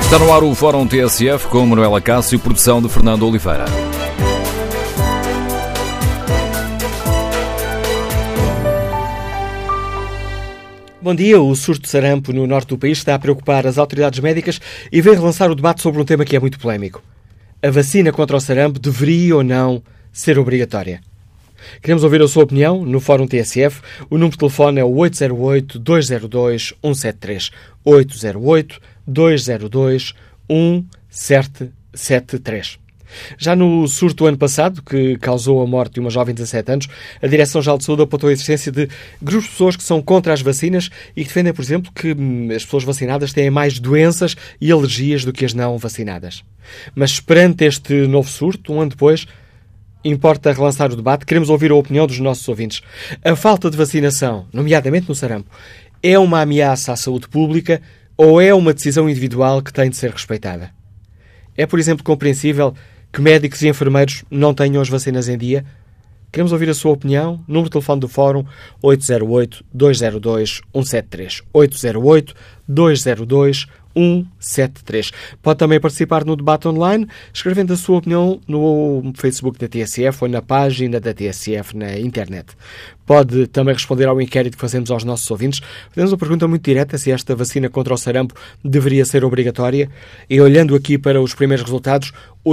Está no ar o Fórum TSF com Manuela Cássio, produção de Fernando Oliveira. Bom dia. O surto de sarampo no norte do país está a preocupar as autoridades médicas e vem relançar o debate sobre um tema que é muito polémico. A vacina contra o sarampo deveria ou não ser obrigatória? Queremos ouvir a sua opinião no Fórum TSF. O número de telefone é o 808-202-173. 808-202-1773. Já no surto do ano passado, que causou a morte de uma jovem de 17 anos, a Direção-Geral de Saúde apontou a existência de grupos de pessoas que são contra as vacinas e que defendem, por exemplo, que as pessoas vacinadas têm mais doenças e alergias do que as não vacinadas. Mas perante este novo surto, um ano depois, importa relançar o debate. Queremos ouvir a opinião dos nossos ouvintes. A falta de vacinação, nomeadamente no sarampo, é uma ameaça à saúde pública ou é uma decisão individual que tem de ser respeitada? É, por exemplo, compreensível que médicos e enfermeiros não tenham as vacinas em dia? Queremos ouvir a sua opinião. Número de telefone do Fórum 808-202-173. 808-202-173. Pode também participar no debate online, escrevendo a sua opinião no Facebook da TSF ou na página da TSF na internet. Pode também responder ao inquérito que fazemos aos nossos ouvintes. Fazemos uma pergunta muito direta se esta vacina contra o sarampo deveria ser obrigatória. E olhando aqui para os primeiros resultados,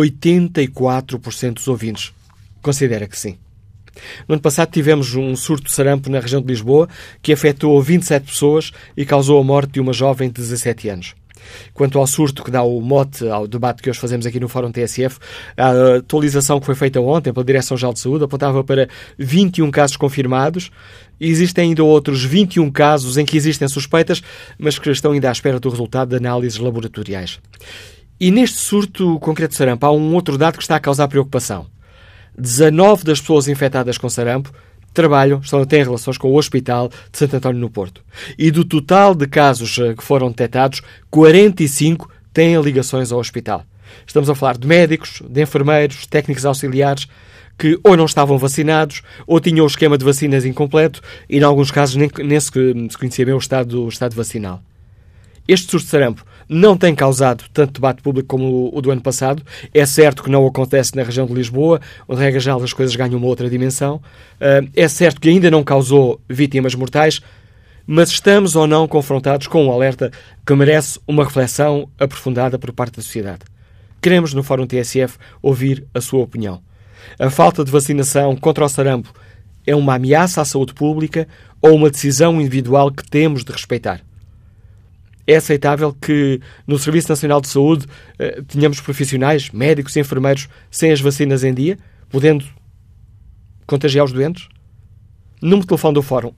84% dos ouvintes considera que sim. No ano passado tivemos um surto de sarampo na região de Lisboa que afetou 27 pessoas e causou a morte de uma jovem de 17 anos. Quanto ao surto que dá o mote ao debate que hoje fazemos aqui no Fórum TSF, a atualização que foi feita ontem pela Direção-Geral de Saúde apontava para 21 casos confirmados. Existem ainda outros 21 casos em que existem suspeitas, mas que estão ainda à espera do resultado de análises laboratoriais. E neste surto concreto de sarampo há um outro dado que está a causar preocupação. 19 das pessoas infectadas com sarampo têm relações com o Hospital de Santo António no Porto. E do total de casos que foram detectados, 45 têm ligações ao hospital. Estamos a falar de médicos, de enfermeiros, técnicos auxiliares, que ou não estavam vacinados, ou tinham o esquema de vacinas incompleto, e em alguns casos nem se conhecia bem o estado vacinal. Este surto de sarampo não tem causado tanto debate público como o do ano passado. É certo que não acontece na região de Lisboa, onde, regra geral, as coisas ganham uma outra dimensão. É certo que ainda não causou vítimas mortais, mas estamos ou não confrontados com um alerta que merece uma reflexão aprofundada por parte da sociedade. Queremos, no Fórum TSF, ouvir a sua opinião. A falta de vacinação contra o sarampo é uma ameaça à saúde pública ou uma decisão individual que temos de respeitar? É aceitável que no Serviço Nacional de Saúde tenhamos profissionais, médicos e enfermeiros sem as vacinas em dia, podendo contagiar os doentes? Número de telefone do Fórum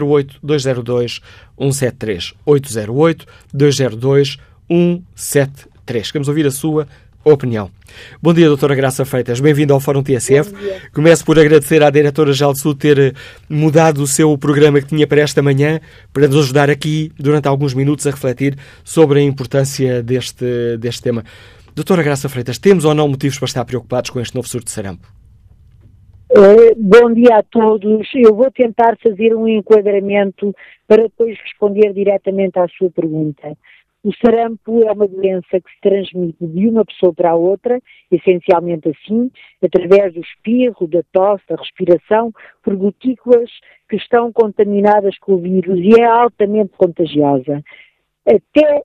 808-202-173. 808-202-173. Queremos ouvir a sua opinião. Bom dia, doutora Graça Freitas. Bem-vindo ao Fórum TSF. Começo por agradecer à Diretora-Geral de Saúde ter mudado o seu programa que tinha para esta manhã, para nos ajudar aqui, durante alguns minutos, a refletir sobre a importância deste tema. Doutora Graça Freitas, temos ou não motivos para estar preocupados com este novo surto de sarampo? Bom dia a todos. Eu vou tentar fazer um enquadramento para depois responder diretamente à sua pergunta. O sarampo é uma doença que se transmite de uma pessoa para a outra, essencialmente assim, através do espirro, da tosse, da respiração, por gotículas que estão contaminadas com o vírus e é altamente contagiosa. Até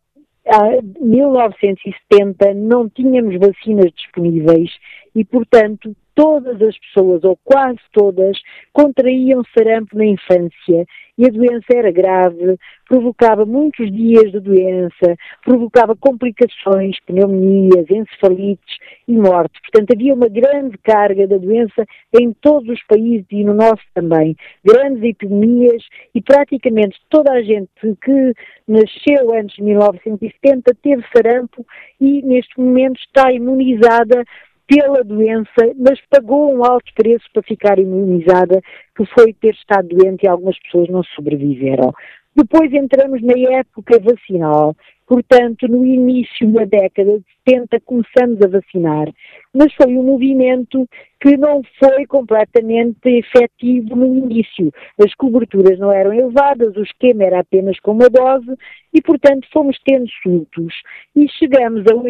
1970 não tínhamos vacinas disponíveis e, portanto, todas as pessoas, ou quase todas, contraíam sarampo na infância e a doença era grave, provocava muitos dias de doença, provocava complicações, pneumonias, encefalites e morte. Portanto, havia uma grande carga da doença em todos os países e no nosso também. Grandes epidemias e praticamente toda a gente que nasceu antes de 1970 teve sarampo e neste momento está imunizada pela doença, mas pagou um alto preço para ficar imunizada, que foi ter estado doente e algumas pessoas não sobreviveram. Depois entramos na época vacinal, portanto, no início da década de 70 começamos a vacinar, mas foi um movimento que não foi completamente efetivo no início. As coberturas não eram elevadas, o esquema era apenas com uma dose e, portanto, fomos tendo surtos. E chegamos a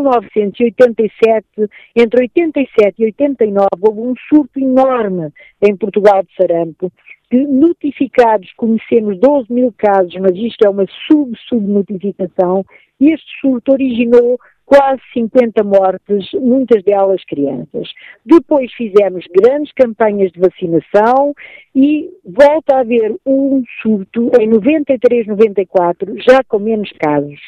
1987, entre 87 e 89, houve um surto enorme em Portugal de sarampo, que notificados conhecemos 12 mil casos, mas isto é uma subnotificação, e este surto originou quase 50 mortes, muitas delas crianças. Depois fizemos grandes campanhas de vacinação e volta a haver um surto em 93, 94, já com menos casos,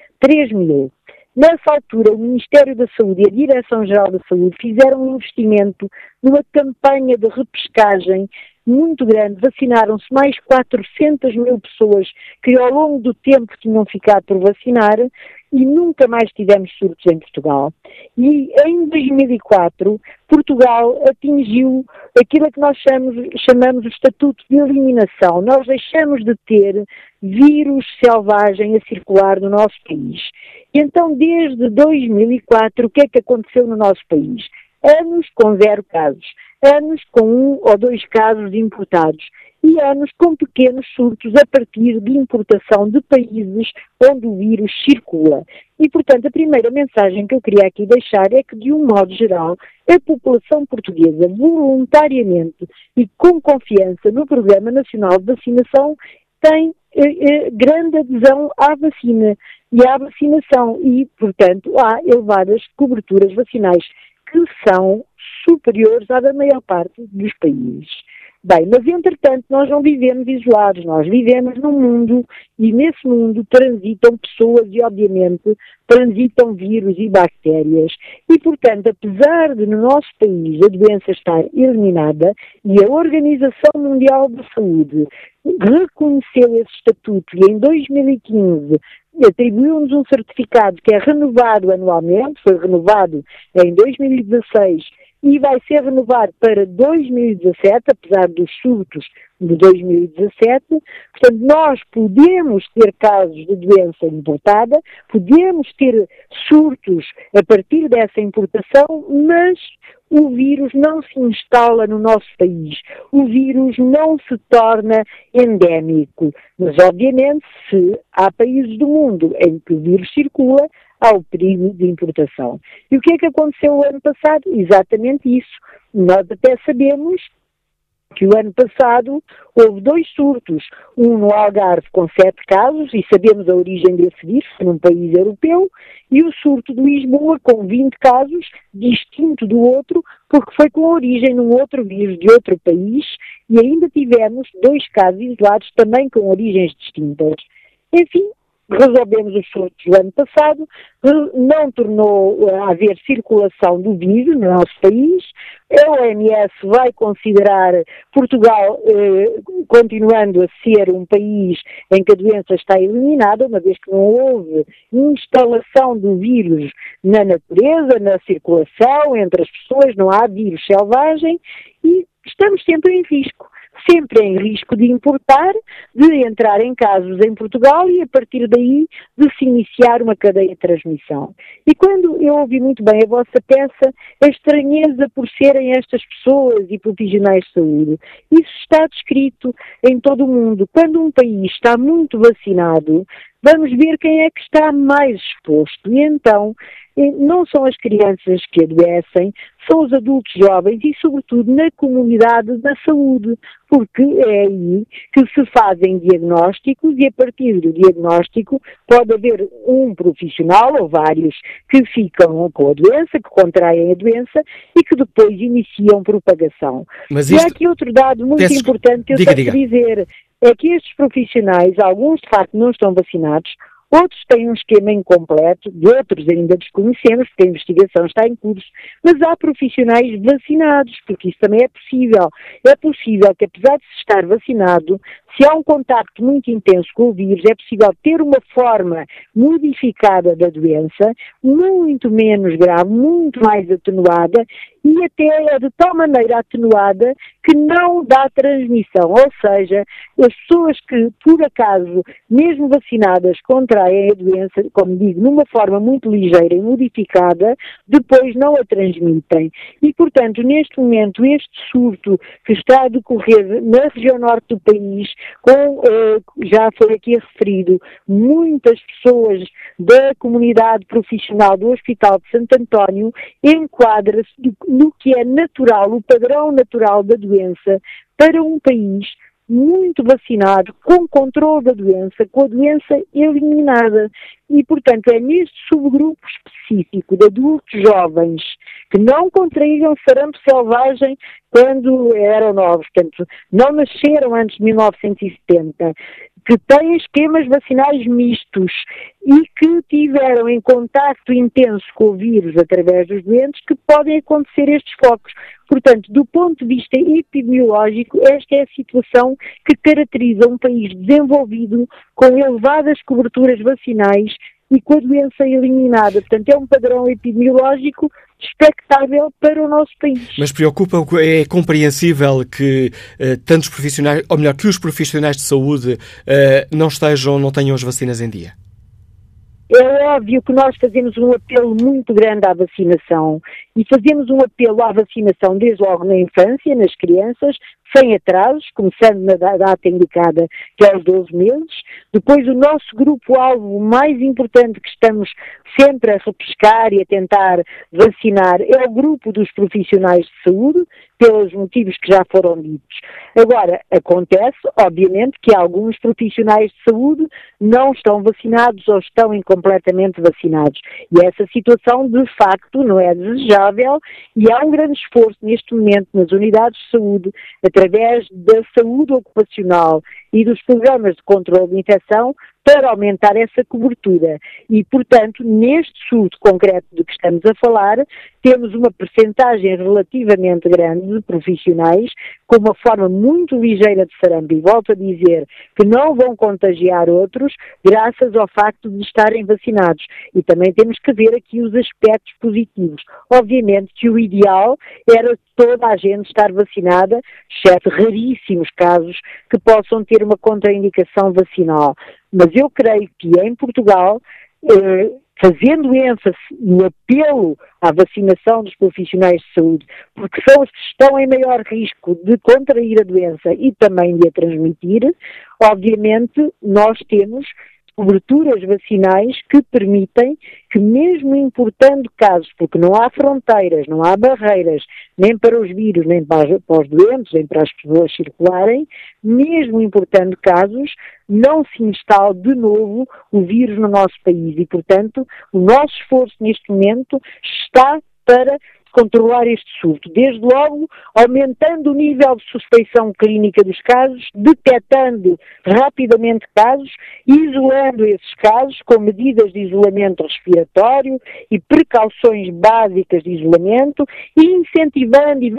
3 mil. Nessa altura, o Ministério da Saúde e a Direção-Geral da Saúde fizeram um investimento numa campanha de repescagem muito grande. Vacinaram-se mais 400 mil pessoas que ao longo do tempo tinham ficado por vacinar e nunca mais tivemos surtos em Portugal. E em 2004, Portugal atingiu aquilo que nós chamamos o estatuto de eliminação. Nós deixamos de ter vírus selvagem a circular no nosso país. E então, desde 2004, o que é que aconteceu no nosso país? Anos com 0 casos, anos com 1 ou 2 casos importados e anos com pequenos surtos a partir de importação de países onde o vírus circula. E, portanto, a primeira mensagem que eu queria aqui deixar é que, de um modo geral, a população portuguesa, voluntariamente e com confiança no Programa Nacional de Vacinação, tem grande adesão à vacina e à vacinação e, portanto, há elevadas coberturas vacinais que são superiores à da maior parte dos países. Bem, mas entretanto nós não vivemos isolados, nós vivemos num mundo e nesse mundo transitam pessoas e obviamente transitam vírus e bactérias e portanto apesar de no nosso país a doença estar eliminada e a Organização Mundial da Saúde reconheceu esse estatuto e em 2015 atribuiu-nos um certificado que é renovado anualmente, foi renovado em 2016 e vai ser renovado para 2017, apesar dos surtos de 2017. Portanto, nós podemos ter casos de doença importada, podemos ter surtos a partir dessa importação, mas o vírus não se instala no nosso país. O vírus não se torna endémico. Mas, obviamente, se há países do mundo em que o vírus circula, há o perigo de importação. E o que é que aconteceu o ano passado? Exatamente isso. Nós até sabemos que o ano passado houve 2 surtos, um no Algarve com 7 casos, e sabemos a origem desse vírus, num país europeu, e o surto de Lisboa com 20 casos, distinto do outro, porque foi com origem num outro vírus de outro país, e ainda tivemos 2 casos isolados também com origens distintas. Enfim, resolvemos os surtos do ano passado, não tornou a haver circulação do vírus no nosso país, a OMS vai considerar Portugal continuando a ser um país em que a doença está eliminada, uma vez que não houve instalação do vírus na natureza, na circulação, entre as pessoas, não há vírus selvagem e estamos sempre em risco. Sempre em risco de importar, de entrar em casos em Portugal e a partir daí de se iniciar uma cadeia de transmissão. E quando eu ouvi muito bem a vossa peça, a estranheza por serem estas pessoas e profissionais de saúde, isso está descrito em todo o mundo. Quando um país está muito vacinado, vamos ver quem é que está mais exposto. E então, não são as crianças que adoecem, são os adultos jovens e, sobretudo, na comunidade da saúde, porque é aí que se fazem diagnósticos e, a partir do diagnóstico, pode haver um profissional ou vários que ficam com a doença, que contraem a doença e que depois iniciam propagação. Mas E há aqui outro dado muito importante que eu tenho que dizer, é que estes profissionais, alguns de facto não estão vacinados, outros têm um esquema incompleto, de outros ainda desconhecemos, porque a investigação está em curso, mas há profissionais vacinados, porque isso também é possível. É possível que, apesar de se estar vacinado, Se há um contacto muito intenso com o vírus, é possível ter uma forma modificada da doença, muito menos grave, muito mais atenuada, e até é de tal maneira atenuada que não dá transmissão. Ou seja, as pessoas que, por acaso, mesmo vacinadas, contraem a doença, como digo, numa forma muito ligeira e modificada, depois não a transmitem. E, portanto, neste momento, este surto que está a decorrer na região norte do país, já foi aqui referido, muitas pessoas da comunidade profissional do Hospital de Santo António, enquadra-se no que é natural, o padrão natural da doença para um país muito vacinado, com controle da doença, com a doença eliminada. E, portanto, é neste subgrupo específico de adultos jovens que não contraíram sarampo selvagem quando eram novos, portanto, não nasceram antes de 1970, que têm esquemas vacinais mistos e que tiveram em contacto intenso com o vírus através dos doentes, que podem acontecer estes focos. Portanto, do ponto de vista epidemiológico, esta é a situação que caracteriza um país desenvolvido, com elevadas coberturas vacinais e com a doença eliminada. Portanto, é um padrão epidemiológico expectável para o nosso país. Mas preocupa, é compreensível que tantos profissionais, ou melhor, que os profissionais de saúde não tenham as vacinas em dia? É óbvio que nós fazemos um apelo muito grande à vacinação e fazemos um apelo à vacinação desde logo na infância, nas crianças, sem atrasos, começando na data indicada, que é aos 12 meses. Depois, o nosso grupo-alvo mais importante que estamos sempre a repescar e a tentar vacinar é o grupo dos profissionais de saúde, pelos motivos que já foram ditos. Agora, acontece, obviamente, que alguns profissionais de saúde não estão vacinados ou estão incompletamente vacinados. E essa situação, de facto, não é desejável e há um grande esforço neste momento nas unidades de saúde, através da saúde ocupacional e dos programas de controle de infecção, para aumentar essa cobertura. E, portanto, neste surto concreto de que estamos a falar, temos uma percentagem relativamente grande de profissionais com uma forma muito ligeira de sarampo, e volto a dizer que não vão contagiar outros graças ao facto de estarem vacinados. E também temos que ver aqui os aspectos positivos. Obviamente que o ideal era toda a gente estar vacinada, exceto raríssimos casos que possam ter uma contraindicação vacinal. Mas eu creio que em Portugal, fazendo ênfase no apelo à vacinação dos profissionais de saúde, porque são os que estão em maior risco de contrair a doença e também de a transmitir, obviamente nós temos coberturas vacinais que permitem que, mesmo importando casos, porque não há fronteiras, não há barreiras, nem para os vírus, nem para os doentes, nem para as pessoas circularem, mesmo importando casos, não se instale de novo o vírus no nosso país. E, portanto, o nosso esforço neste momento está para controlar este surto, desde logo aumentando o nível de suspeição clínica dos casos, detectando rapidamente casos, isolando esses casos com medidas de isolamento respiratório e precauções básicas de isolamento e incentivando e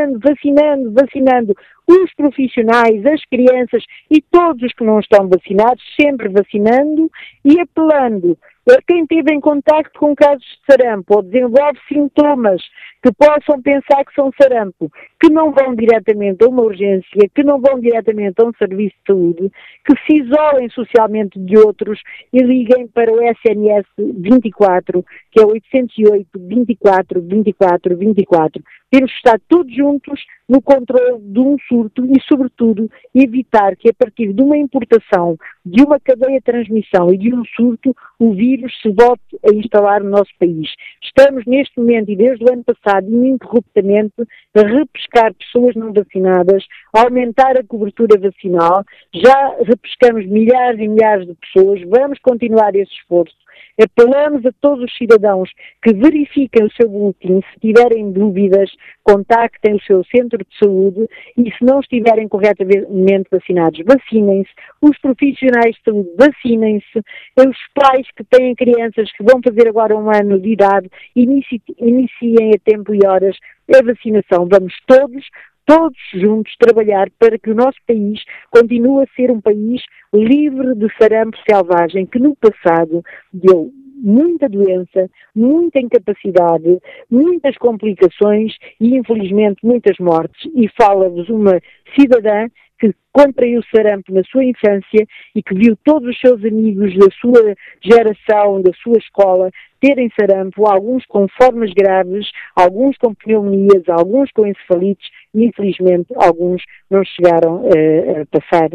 vacinando os profissionais, as crianças e todos os que não estão vacinados, sempre vacinando e apelando a quem esteve em contacto com casos de sarampo ou desenvolve sintomas que possam pensar que são sarampo, que não vão diretamente a uma urgência, que não vão diretamente a um serviço de saúde, que se isolem socialmente de outros e liguem para o SNS 24, que é 808 24 24 24. Temos que estar todos juntos no controle de um surto e, sobretudo, evitar que, a partir de uma importação, de uma cadeia de transmissão e de um surto, o vírus se volte a instalar no nosso país. Estamos, neste momento e desde o ano passado, ininterruptamente, a repescar pessoas não vacinadas, a aumentar a cobertura vacinal. Já repescamos milhares e milhares de pessoas, vamos continuar esse esforço. Apelamos a todos os cidadãos que verifiquem o seu boletim, se tiverem dúvidas, contactem o seu centro de saúde e, se não estiverem corretamente vacinados, vacinem-se. Os profissionais de saúde, vacinem-se. Os pais que têm crianças que vão fazer agora 1 ano de idade, iniciem a tempo e horas a vacinação. Vamos todos todos juntos trabalhar para que o nosso país continue a ser um país livre de sarampo selvagem, que no passado deu muita doença, muita incapacidade, muitas complicações e, infelizmente, muitas mortes. E fala-vos uma cidadã que contraiu sarampo na sua infância e que viu todos os seus amigos da sua geração, da sua escola, terem sarampo, alguns com formas graves, alguns com pneumonias, alguns com encefalites e, infelizmente, alguns não chegaram a passar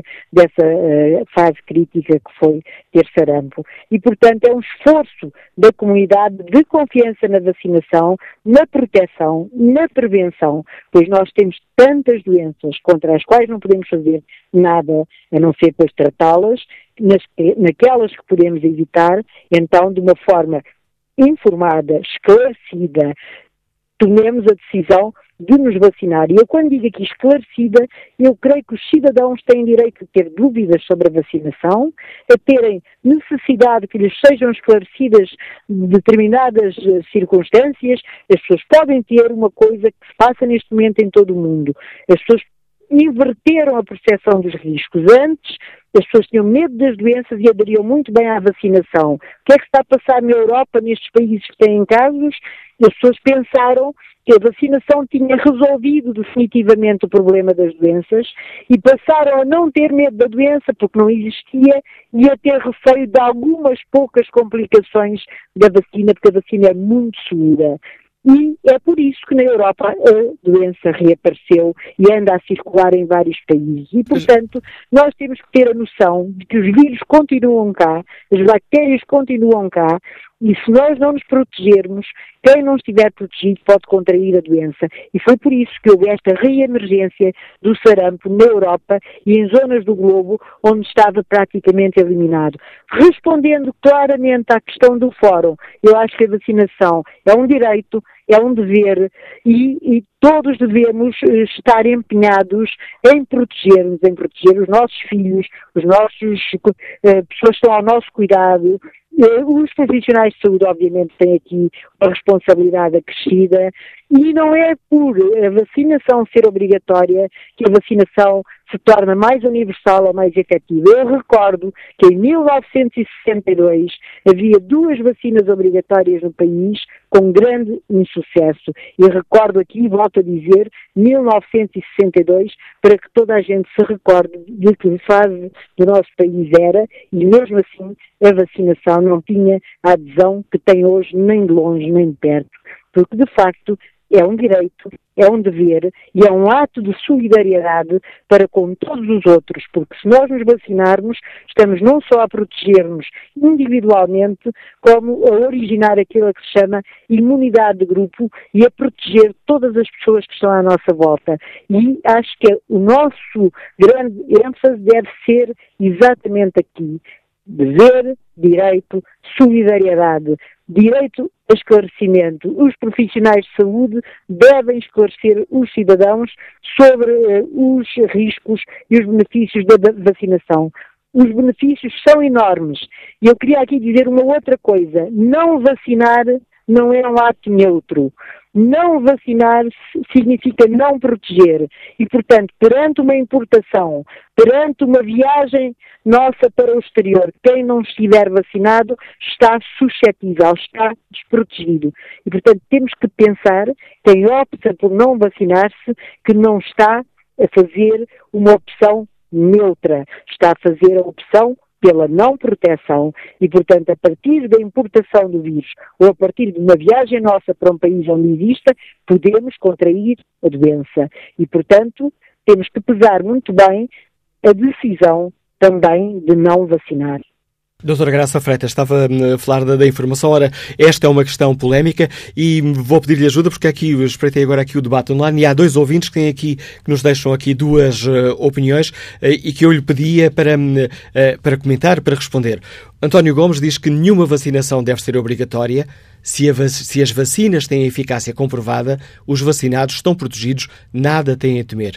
dessa fase crítica que foi ter sarampo. E, portanto, é um esforço da comunidade de confiança na vacinação, na proteção, na prevenção, pois nós temos tantas doenças contra as quais não podemos fazer nada a não ser depois tratá-las, naquelas que podemos evitar, então, de uma forma informada, esclarecida, tomemos a decisão de nos vacinar. E eu, quando digo aqui esclarecida, eu creio que os cidadãos têm direito a ter dúvidas sobre a vacinação, a terem necessidade que lhes sejam esclarecidas determinadas circunstâncias. As pessoas podem ter uma coisa que se passa neste momento em todo o mundo. As pessoas inverteram a percepção dos riscos. Antes, as pessoas tinham medo das doenças e aderiam muito bem à vacinação. O que é que está a passar na Europa, nestes países que têm casos? As pessoas pensaram que a vacinação tinha resolvido definitivamente o problema das doenças e passaram a não ter medo da doença porque não existia e a ter receio de algumas poucas complicações da vacina, porque a vacina é muito segura. E é por isso que na Europa a doença reapareceu e anda a circular em vários países. E, portanto, nós temos que ter a noção de que os vírus continuam cá, as bactérias continuam cá, e se nós não nos protegermos, quem não estiver protegido pode contrair a doença. E foi por isso que houve esta reemergência do sarampo na Europa e em zonas do globo onde estava praticamente eliminado. Respondendo claramente à questão do fórum, eu acho que a vacinação é um direito, é um dever e todos devemos estar empenhados em proteger-nos, em proteger os nossos filhos, os nossos pessoas que estão ao nosso cuidado. Os profissionais de saúde, obviamente, têm aqui uma responsabilidade acrescida e não é por a vacinação ser obrigatória que a vacinação se torna mais universal ou mais efetiva. Eu recordo que em 1962 havia 2 vacinas obrigatórias no país com grande insucesso. E recordo aqui, volto a dizer, 1962, para que toda a gente se recorde de que fase do nosso país era e mesmo assim a vacinação não tinha a adesão que tem hoje, nem de longe, nem de perto. Porque, de facto, é um direito, é um dever e é um ato de solidariedade para com todos os outros, porque se nós nos vacinarmos, estamos não só a proteger-nos individualmente, como a originar aquilo que se chama imunidade de grupo e a proteger todas as pessoas que estão à nossa volta. E acho que o nosso grande ênfase deve ser exatamente aqui. Dever, direito, solidariedade, direito a esclarecimento. Os profissionais de saúde devem esclarecer os cidadãos sobre os riscos e os benefícios da vacinação. Os benefícios são enormes. E eu queria aqui dizer uma outra coisa. Não vacinar não é um ato neutro. Não vacinar significa não proteger. E, portanto, perante uma importação, perante uma viagem nossa para o exterior, quem não estiver vacinado está suscetível, está desprotegido. E, portanto, temos que pensar, quem opta por não vacinar-se, que não está a fazer uma opção neutra. Está a fazer a opção pela não proteção e, portanto, a partir da importação do vírus ou a partir de uma viagem nossa para um país onde exista, podemos contrair a doença. E, portanto, temos que pesar muito bem a decisão também de não vacinar. Doutora Graça Freitas, estava a falar da informação. Ora, esta é uma questão polémica e vou pedir-lhe ajuda porque aqui, eu espreitei agora aqui o debate online e há 2 ouvintes que têm aqui, que nos deixam aqui 2 opiniões e que eu lhe pedia para comentar, para responder. António Gomes diz que nenhuma vacinação deve ser obrigatória. Se as vacinas têm eficácia comprovada, os vacinados estão protegidos, nada têm a temer.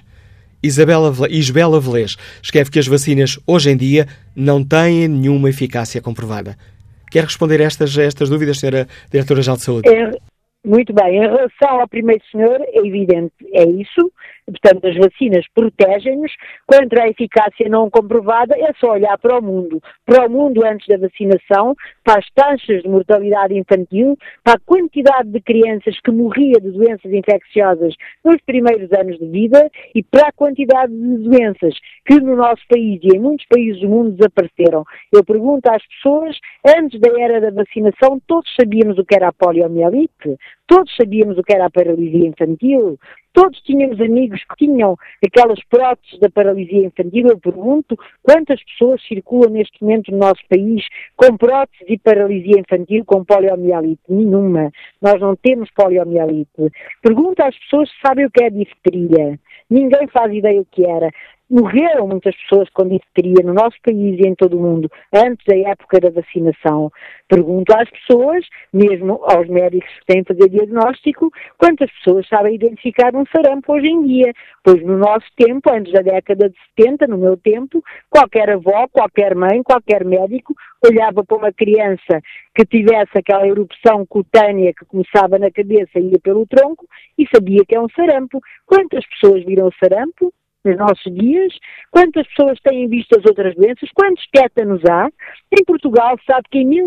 Isabela Velez escreve que as vacinas, hoje em dia, não têm nenhuma eficácia comprovada. Quer responder a estas dúvidas, Sra. Diretora-Geral de Saúde? Muito bem. Em relação ao primeiro senhor, é evidente, é isso. Portanto, as vacinas protegem-nos contra a eficácia não comprovada. É só olhar para o mundo antes da vacinação, para as taxas de mortalidade infantil, para a quantidade de crianças que morria de doenças infecciosas nos primeiros anos de vida e para a quantidade de doenças que no nosso país e em muitos países do mundo desapareceram. Eu pergunto às pessoas, antes da era da vacinação, todos sabíamos o que era a poliomielite? Todos sabíamos o que era a paralisia infantil? Todos tínhamos amigos que tinham aquelas próteses da paralisia infantil. Eu pergunto quantas pessoas circulam neste momento no nosso país com próteses e paralisia infantil com poliomielite? Nenhuma. Nós não temos poliomielite. Pergunto às pessoas se sabem o que é difteria. Ninguém faz ideia o que era. Morreram muitas pessoas com difteria no nosso país e em todo o mundo antes da época da vacinação. Pergunto às pessoas, mesmo aos médicos que têm que fazer diagnóstico, quantas pessoas sabem identificar um sarampo hoje em dia. Pois no nosso tempo, antes da década de 70, no meu tempo, qualquer avó, qualquer mãe, qualquer médico olhava para uma criança que tivesse aquela erupção cutânea que começava na cabeça e ia pelo tronco e sabia que é um sarampo. Quantas pessoas viram o sarampo nos nossos dias? Quantas pessoas têm visto as outras doenças? Quantos tétanos há? Em Portugal, sabe que em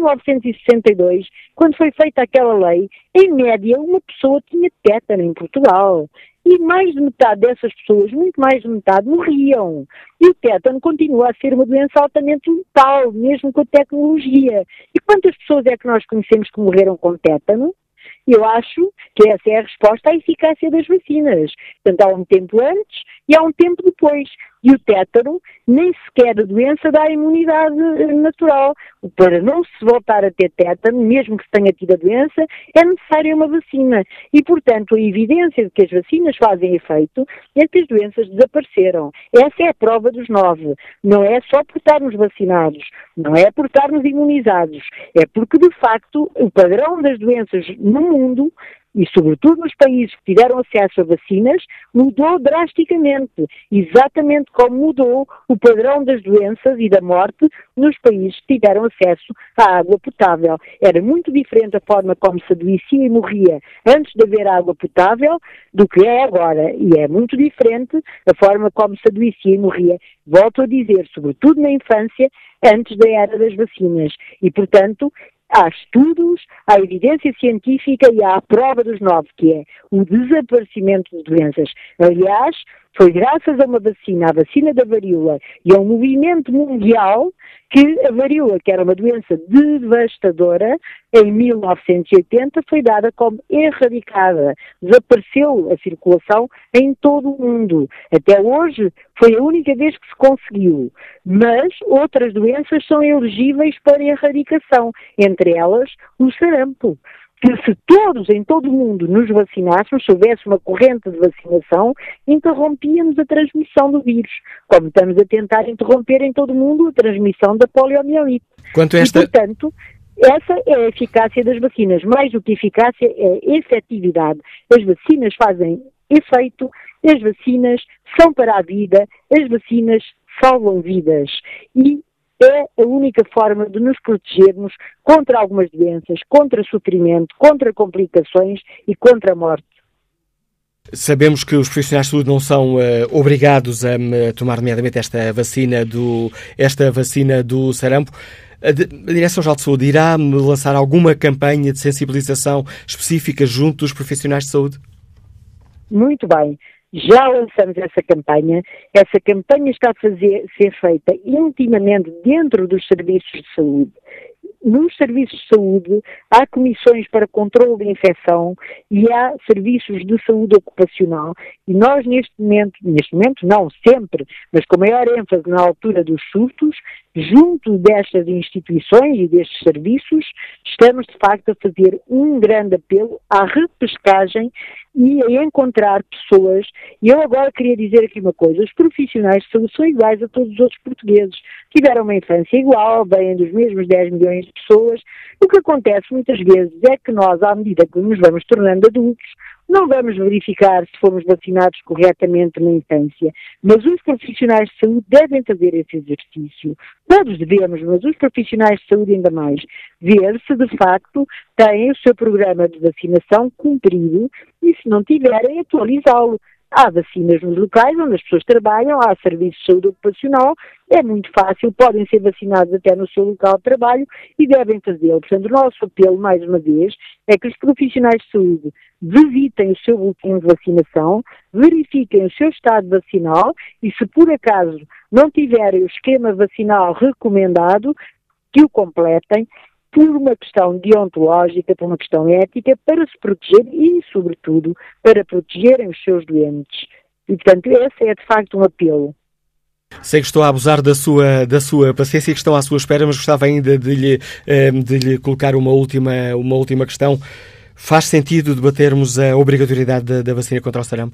1962, quando foi feita aquela lei, em média, uma pessoa tinha tétano em Portugal. E mais de metade dessas pessoas, muito mais de metade, morriam. E o tétano continua a ser uma doença altamente letal, mesmo com a tecnologia. E quantas pessoas é que nós conhecemos que morreram com tétano? Eu acho que essa é a resposta à eficácia das vacinas. Portanto, há um tempo antes e há um tempo depois. E o tétano, nem sequer a doença dá imunidade natural. Para não se voltar a ter tétano, mesmo que se tenha tido a doença, é necessária uma vacina. E, portanto, a evidência de que as vacinas fazem efeito é que as doenças desapareceram. Essa é a prova dos 9. Não é só por estarmos vacinados, não é por estarmos imunizados. É porque, de facto, o padrão das doenças no mundo, e sobretudo nos países que tiveram acesso a vacinas, mudou drasticamente, exatamente como mudou o padrão das doenças e da morte nos países que tiveram acesso à água potável. Era muito diferente a forma como se adoecia e morria antes de haver água potável do que é agora, e é muito diferente a forma como se adoecia e morria, volto a dizer, sobretudo na infância, antes da era das vacinas. E, portanto, há estudos, há evidência científica e há a prova dos 9, que é o desaparecimento de doenças. Aliás, foi graças a uma vacina, a vacina da varíola, e a um movimento mundial que a varíola, que era uma doença devastadora, em 1980 foi dada como erradicada. Desapareceu a circulação em todo o mundo. Até hoje foi a única vez que se conseguiu. Mas outras doenças são elegíveis para erradicação, entre elas o sarampo. Que se todos em todo o mundo nos vacinássemos, se houvesse uma corrente de vacinação, interrompíamos a transmissão do vírus, como estamos a tentar interromper em todo o mundo a transmissão da poliomielite. Quanto a esta... E, portanto, essa é a eficácia das vacinas. Mais do que eficácia, é a efetividade. As vacinas fazem efeito, as vacinas são para a vida, as vacinas salvam vidas. E é a única forma de nos protegermos contra algumas doenças, contra sofrimento, contra complicações e contra a morte. Sabemos que os profissionais de saúde não são obrigados a tomar, nomeadamente, esta vacina do sarampo. A Direção-Geral de Saúde irá lançar alguma campanha de sensibilização específica junto dos profissionais de saúde? Muito bem. Já lançamos essa campanha. Essa campanha está a ser feita intimamente dentro dos serviços de saúde. Nos serviços de saúde há comissões para controle de infecção e há serviços de saúde ocupacional. E nós neste momento não, sempre, mas com maior ênfase na altura dos surtos, junto destas instituições e destes serviços, estamos de facto a fazer um grande apelo à repescagem e a encontrar pessoas. E eu agora queria dizer aqui uma coisa: os profissionais de saúde são iguais a todos os outros portugueses. Tiveram uma infância igual, vêm dos mesmos 10 milhões de pessoas. O que acontece muitas vezes é que nós, à medida que nos vamos tornando adultos, não vamos verificar se fomos vacinados corretamente na infância, mas os profissionais de saúde devem fazer esse exercício. Todos devemos, mas os profissionais de saúde ainda mais, ver se de facto têm o seu programa de vacinação cumprido e, se não tiverem, atualizá-lo. Há vacinas nos locais onde as pessoas trabalham, há serviços de saúde ocupacional, é muito fácil, podem ser vacinados até no seu local de trabalho e devem fazê-lo. Portanto, o nosso apelo, mais uma vez, é que os profissionais de saúde visitem o seu boletim de vacinação, verifiquem o seu estado vacinal e, se por acaso não tiverem o esquema vacinal recomendado, que o completem, por uma questão deontológica, por uma questão ética, para se proteger e, sobretudo, para protegerem os seus doentes. E, portanto, esse é, de facto, um apelo. Sei que estou a abusar da sua paciência e que estão à sua espera, mas gostava ainda de lhe colocar uma última questão. Faz sentido debatermos a obrigatoriedade da vacina contra o sarampo?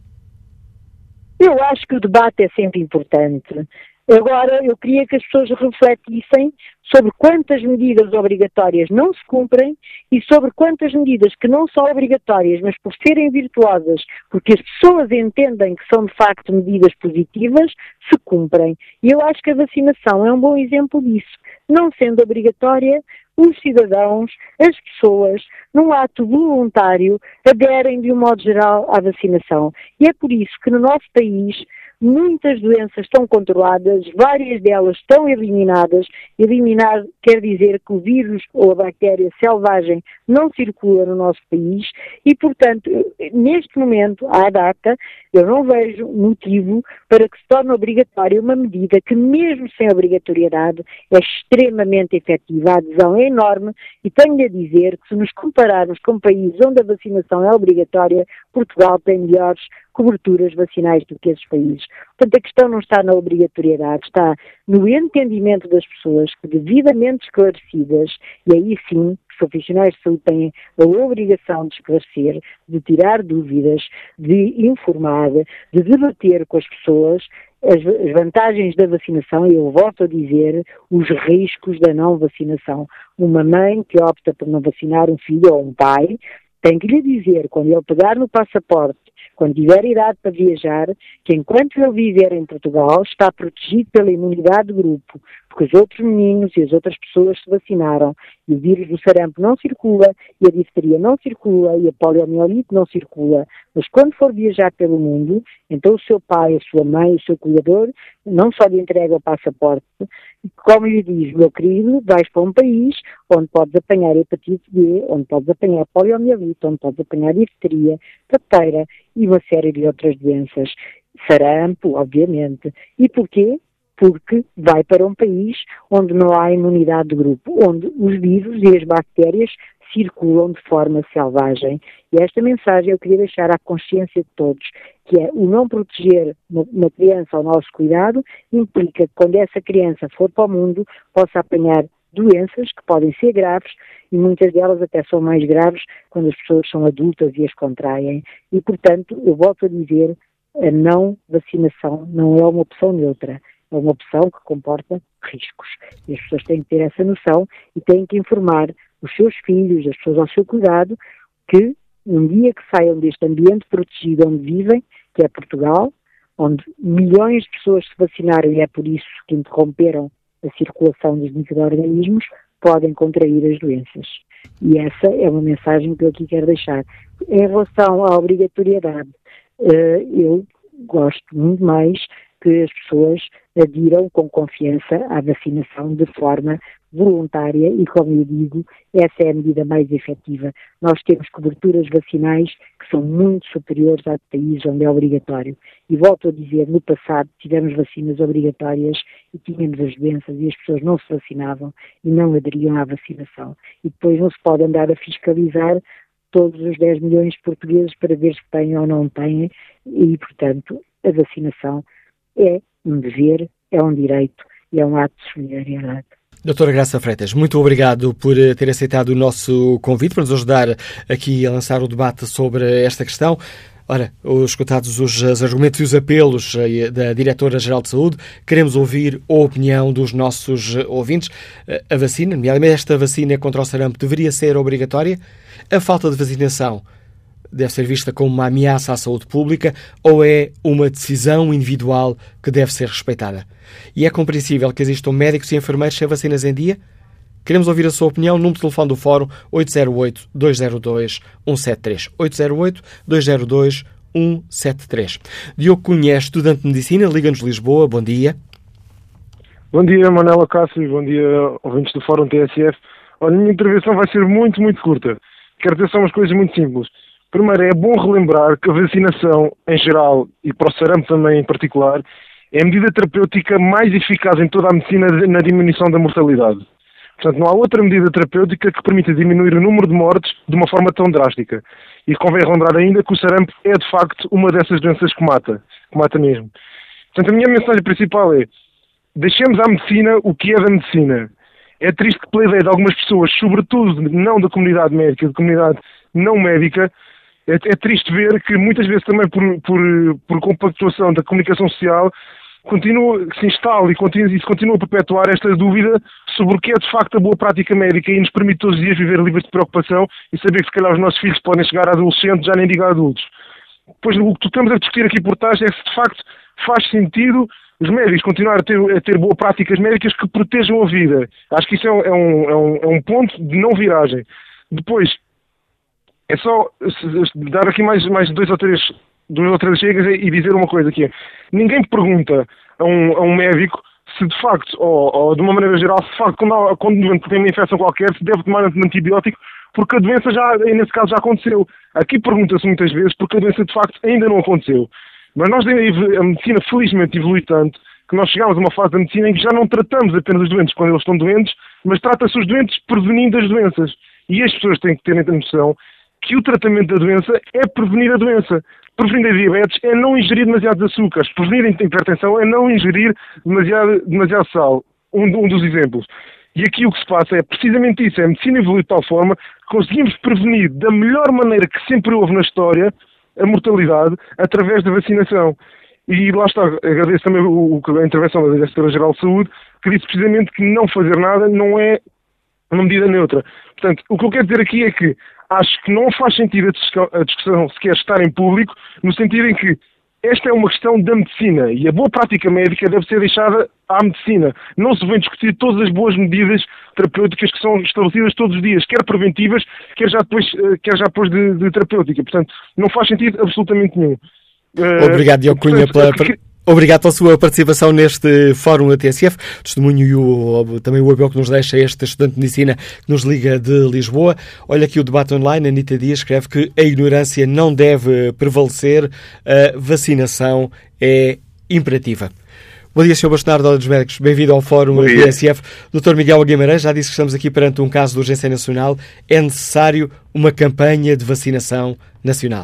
Eu acho que o debate é sempre importante. Agora, eu queria que as pessoas refletissem sobre quantas medidas obrigatórias não se cumprem e sobre quantas medidas que não são obrigatórias, mas por serem virtuosas, porque as pessoas entendem que são de facto medidas positivas, se cumprem. E eu acho que a vacinação é um bom exemplo disso. Não sendo obrigatória, os cidadãos, as pessoas, num ato voluntário, aderem de um modo geral à vacinação. E é por isso que no nosso país muitas doenças estão controladas, várias delas estão eliminadas. Eliminar quer dizer que o vírus ou a bactéria selvagem não circula no nosso país e, portanto, neste momento, à data, eu não vejo motivo para que se torne obrigatória uma medida que, mesmo sem obrigatoriedade, é extremamente efetiva. A adesão é enorme e tenho-lhe a dizer que, se nos compararmos com países onde a vacinação é obrigatória, Portugal tem melhores coberturas vacinais do que esses países. Portanto, a questão não está na obrigatoriedade, está no entendimento das pessoas que, devidamente esclarecidas, e aí sim, os profissionais de saúde têm a obrigação de esclarecer, de tirar dúvidas, de informar, de debater com as pessoas as vantagens da vacinação e, eu volto a dizer, os riscos da não vacinação. Uma mãe que opta por não vacinar um filho ou um pai tem que lhe dizer, quando ele pegar no passaporte, quando tiver idade para viajar, que enquanto ele viver em Portugal está protegido pela imunidade de grupo, porque os outros meninos e as outras pessoas se vacinaram e o vírus do sarampo não circula e a difteria não circula e a poliomielite não circula. Mas quando for viajar pelo mundo, então o seu pai, a sua mãe, o seu cuidador, não só lhe entrega o passaporte, como lhe diz, meu querido, vais para um país onde podes apanhar hepatite B, onde podes apanhar poliomielite, onde podes apanhar difteria, papeira e uma série de outras doenças. Sarampo, obviamente. E porquê? Porque vai para um país onde não há imunidade de grupo, onde os vírus e as bactérias circulam de forma selvagem. E esta mensagem eu queria deixar à consciência de todos, que é o não proteger uma criança ao nosso cuidado, implica que quando essa criança for para o mundo, possa apanhar doenças que podem ser graves e muitas delas até são mais graves quando as pessoas são adultas e as contraem. E, portanto, eu volto a dizer, a não vacinação não é uma opção neutra. É uma opção que comporta riscos. E as pessoas têm que ter essa noção e têm que informar os seus filhos, as pessoas ao seu cuidado, que um dia que saiam deste ambiente protegido onde vivem, que é Portugal, onde milhões de pessoas se vacinaram e é por isso que interromperam a circulação dos micro-organismos, podem contrair as doenças. E essa é uma mensagem que eu aqui quero deixar. Em relação à obrigatoriedade, eu gosto muito mais que as pessoas adiram com confiança à vacinação de forma voluntária e, como eu digo, essa é a medida mais efetiva. Nós temos coberturas vacinais que são muito superiores a países onde é obrigatório. E volto a dizer, no passado tivemos vacinas obrigatórias e tínhamos as doenças e as pessoas não se vacinavam e não aderiam à vacinação. E depois não se pode andar a fiscalizar todos os 10 milhões de portugueses para ver se têm ou não têm e, portanto, a vacinação é um dever, é um direito e é um ato de solidariedade. Doutora Graça Freitas, muito obrigado por ter aceitado o nosso convite para nos ajudar aqui a lançar o debate sobre esta questão. Ora, escutados os argumentos e os apelos da Diretora-Geral de Saúde, queremos ouvir a opinião dos nossos ouvintes. A vacina, nomeadamente esta vacina contra o sarampo, deveria ser obrigatória? A falta de vacinação deve ser vista como uma ameaça à saúde pública ou é uma decisão individual que deve ser respeitada? E é compreensível que existam médicos e enfermeiros sem vacinas em dia? Queremos ouvir a sua opinião. Número de telefone do Fórum 808-202-173. 173. Diogo Cunha é estudante de Medicina, Liga-nos Lisboa. Bom dia. Bom dia, Manuela Cássio, bom dia, ouvintes do Fórum TSF. Olha, a minha intervenção vai ser muito, muito curta. Quero dizer só umas coisas muito simples. Primeiro, é bom relembrar que a vacinação em geral, e para o sarampo também em particular, é a medida terapêutica mais eficaz em toda a medicina na diminuição da mortalidade. Portanto, não há outra medida terapêutica que permita diminuir o número de mortes de uma forma tão drástica. E convém relembrar ainda que o sarampo é, de facto, uma dessas doenças que mata mesmo. Portanto, a minha mensagem principal é: deixemos à medicina o que é da medicina. É triste que, pela ideia de algumas pessoas, sobretudo não da comunidade médica, da comunidade não médica, é triste ver que muitas vezes também por compactuação da comunicação social se instala e se continua a perpetuar esta dúvida sobre o que é de facto a boa prática médica e nos permite todos os dias viver livres de preocupação e saber que se calhar os nossos filhos podem chegar a adolescentes, já nem digo a adultos. Pois o que estamos a discutir aqui por trás é se de facto faz sentido os médicos continuarem a ter boas práticas médicas que protejam a vida. Acho que isso é um ponto de não viragem. Depois, é só dar aqui mais duas ou três chegas e dizer uma coisa que é: ninguém pergunta a um médico se de facto, ou de uma maneira geral, se de facto quando o doente tem uma infecção qualquer, se deve tomar um antibiótico, porque a doença nesse caso já aconteceu. Aqui pergunta-se muitas vezes porque a doença de facto ainda não aconteceu. Mas a medicina felizmente evolui tanto que nós chegamos a uma fase da medicina em que já não tratamos apenas os doentes quando eles estão doentes, mas trata-se os doentes prevenindo as doenças. E as pessoas têm que ter a noção que o tratamento da doença é prevenir a doença. Prevenir a diabetes é não ingerir demasiados açúcares. Prevenir a hipertensão é não ingerir demasiado sal. Um dos exemplos. E aqui o que se passa é precisamente isso. A medicina evolui de tal forma que conseguimos prevenir da melhor maneira que sempre houve na história a mortalidade através da vacinação. E lá está, agradeço também a intervenção da Diretora-Geral de Saúde, que disse precisamente que não fazer nada não é uma medida neutra. Portanto, o que eu quero dizer aqui é que acho que não faz sentido a discussão sequer estar em público, no sentido em que esta é uma questão da medicina e a boa prática médica deve ser deixada à medicina. Não se vem discutir todas as boas medidas terapêuticas que são estabelecidas todos os dias, quer preventivas, quer já depois de terapêutica. Portanto, não faz sentido absolutamente nenhum. Obrigado, Diogo Cunha, obrigado pela sua participação neste Fórum da TSF. Testemunho e também o apelo que nos deixa este estudante de medicina que nos liga de Lisboa. Olha aqui o debate online. A Anita Dias escreve que a ignorância não deve prevalecer, a vacinação é imperativa. Bom dia, Sr. Bastonário da Ordem dos Médicos. Bem-vindo ao Fórum da TSF. Dr. Miguel Guimarães já disse que estamos aqui perante um caso de urgência nacional. É necessário uma campanha de vacinação nacional?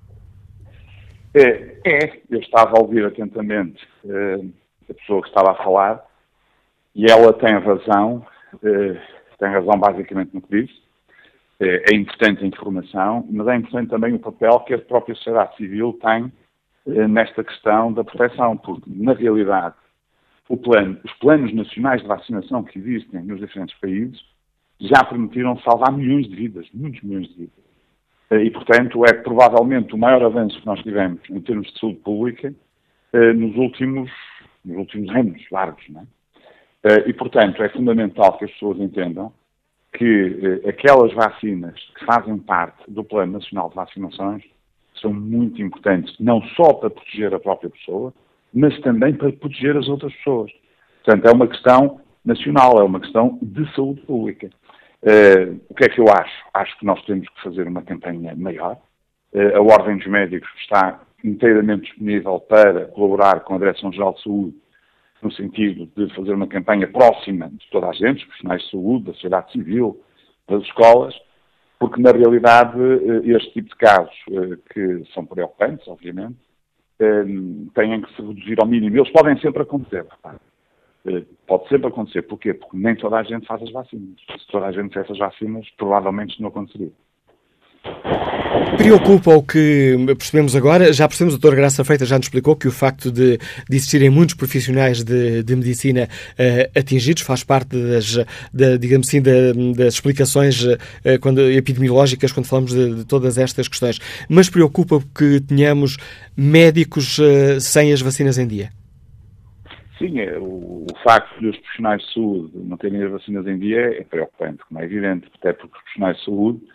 Eu estava a ouvir atentamente a pessoa que estava a falar e ela tem razão basicamente no que disse. É importante a informação, mas é importante também o papel que a própria sociedade civil tem nesta questão da proteção, porque, na realidade, os planos nacionais de vacinação que existem nos diferentes países já permitiram salvar milhões de vidas, muitos milhões de vidas. E, portanto, é provavelmente o maior avanço que nós tivemos em termos de saúde pública nos últimos anos largos, não é? E, portanto, é fundamental que as pessoas entendam que aquelas vacinas que fazem parte do Plano Nacional de Vacinações são muito importantes, não só para proteger a própria pessoa, mas também para proteger as outras pessoas. Portanto, é uma questão nacional, é uma questão de saúde pública. O que é que eu acho? Acho que nós temos que fazer uma campanha maior. A Ordem dos Médicos está inteiramente disponível para colaborar com a Direção-Geral de Saúde no sentido de fazer uma campanha próxima de toda a gente, dos profissionais de saúde, da sociedade civil, das escolas, porque na realidade este tipo de casos, que são preocupantes, obviamente, têm que se reduzir ao mínimo. Eles podem sempre acontecer, repare. Pode sempre acontecer. Porquê? Porque nem toda a gente faz as vacinas. Se toda a gente fizesse as vacinas, provavelmente isto não aconteceria. Preocupa o que percebemos agora, já percebemos, o Dr. Graça Freitas já nos explicou que o facto de existirem muitos profissionais de medicina atingidos faz parte digamos assim, das explicações epidemiológicas quando falamos de todas estas questões. Mas preocupa que tenhamos médicos sem as vacinas em dia? Sim, o facto de os profissionais de saúde não terem as vacinas em dia é preocupante, como é evidente, até porque os profissionais de saúde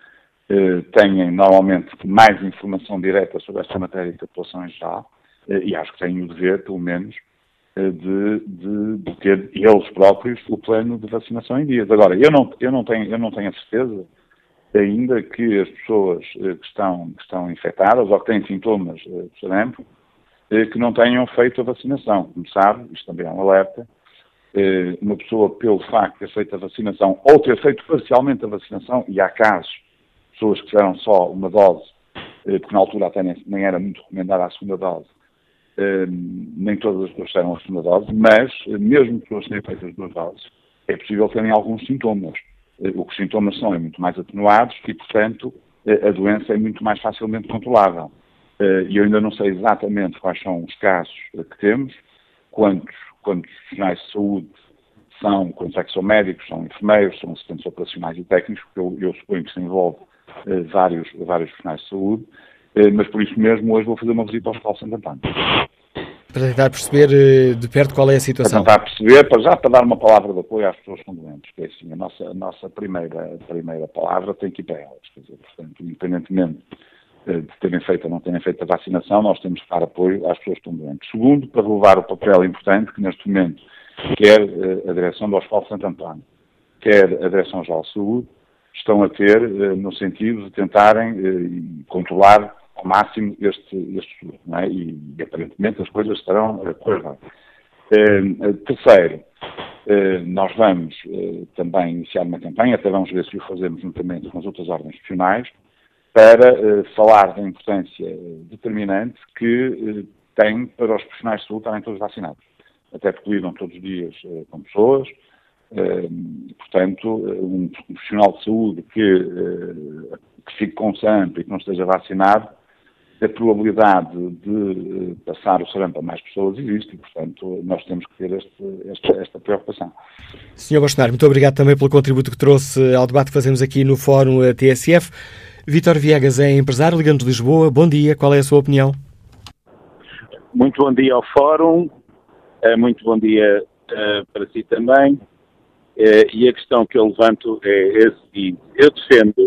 têm normalmente mais informação direta sobre esta matéria que a população em geral, e acho que têm o dever, pelo menos, de ter eles próprios o plano de vacinação em dias. Agora, eu não tenho a certeza ainda que as pessoas que estão infectadas ou que têm sintomas de sarampo, que não tenham feito a vacinação. Como sabe, isto também é um alerta, uma pessoa, pelo facto de ter feito a vacinação ou ter feito parcialmente a vacinação, e há casos, pessoas que fizeram só uma dose, porque na altura até nem era muito recomendada a segunda dose, nem todas as pessoas fizeram a segunda dose, mas mesmo pessoas que tenham feito as 2 doses, é possível terem alguns sintomas. O que os sintomas são muito mais atenuados e, portanto, a doença é muito mais facilmente controlável. E eu ainda não sei exatamente quais são os casos que temos, quantos profissionais de saúde são, quantos é que são médicos, são enfermeiros, são assistentes operacionais e técnicos, porque eu suponho que se envolve vários profissionais de saúde, mas por isso mesmo hoje vou fazer uma visita ao Hospital Santo António. Para tentar perceber de perto qual é a situação. Para tentar perceber, para dar uma palavra de apoio às pessoas com doentes, que é assim, a nossa primeira palavra tem que ir para elas. Quer dizer, portanto, independentemente de terem feito ou não terem feito a vacinação, nós temos que dar apoio às pessoas que estão doentes. Segundo, para relevar o papel importante que neste momento quer a direção do Hospital Santo António, quer a Direção-Geral de Saúde, estão a ter no sentido de tentarem controlar ao máximo este surto, não é? E aparentemente as coisas estarão a correr bem. Terceiro, nós vamos também iniciar uma campanha, até vamos ver se o fazemos juntamente com as outras ordens profissionais, para falar da importância determinante que tem para os profissionais de saúde estarem todos vacinados. Até porque lidam todos os dias com pessoas, portanto, um profissional de saúde que fique com sarampo e que não esteja vacinado, a probabilidade de passar o sarampo a mais pessoas existe e, portanto, nós temos que ter esta preocupação. Sr. Bastonário, muito obrigado também pelo contributo que trouxe ao debate que fazemos aqui no Fórum TSF. Vítor Viegas é empresário, ligando de Lisboa. Bom dia, qual é a sua opinião? Muito bom dia ao Fórum, muito bom dia para si também. E a questão que eu levanto é a seguinte: eu defendo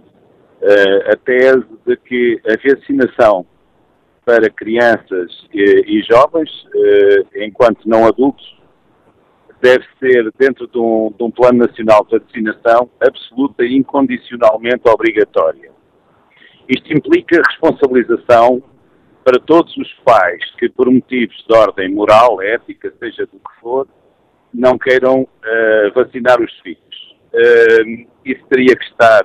a tese de que a vacinação para crianças e jovens, enquanto não adultos, deve ser, dentro de um plano nacional de vacinação, absoluta e incondicionalmente obrigatória. Isto implica responsabilização para todos os pais que, por motivos de ordem moral, ética, seja do que for, não queiram vacinar os filhos. Isso teria que estar